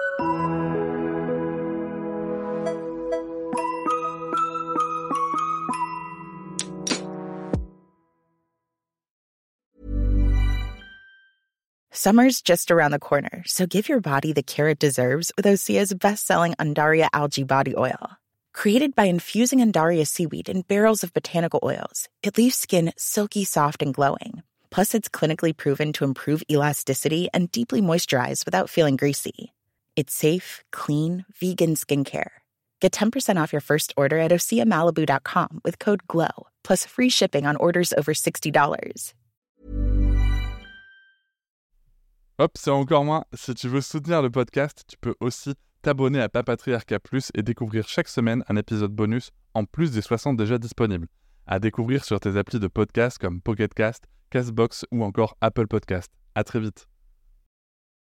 Summer's just around the corner, so give your body the care it deserves with Osea's best-selling Undaria Algae Body Oil. Created by infusing Undaria seaweed in barrels of botanical oils, it leaves skin silky soft and glowing. Plus, it's clinically proven to improve elasticity and deeply moisturize without feeling greasy. It's safe, clean, vegan skincare. Get 10% off your first order at OseaMalibu.com with code GLOW, plus free shipping on orders over $60. Hop, c'est encore moins. Si tu veux soutenir le podcast, tu peux aussi t'abonner à Papatriarca Plus et découvrir chaque semaine un épisode bonus en plus des 60 déjà disponibles. À découvrir sur tes applis de podcast comme Pocket Cast, Castbox ou encore Apple Podcast. À très vite.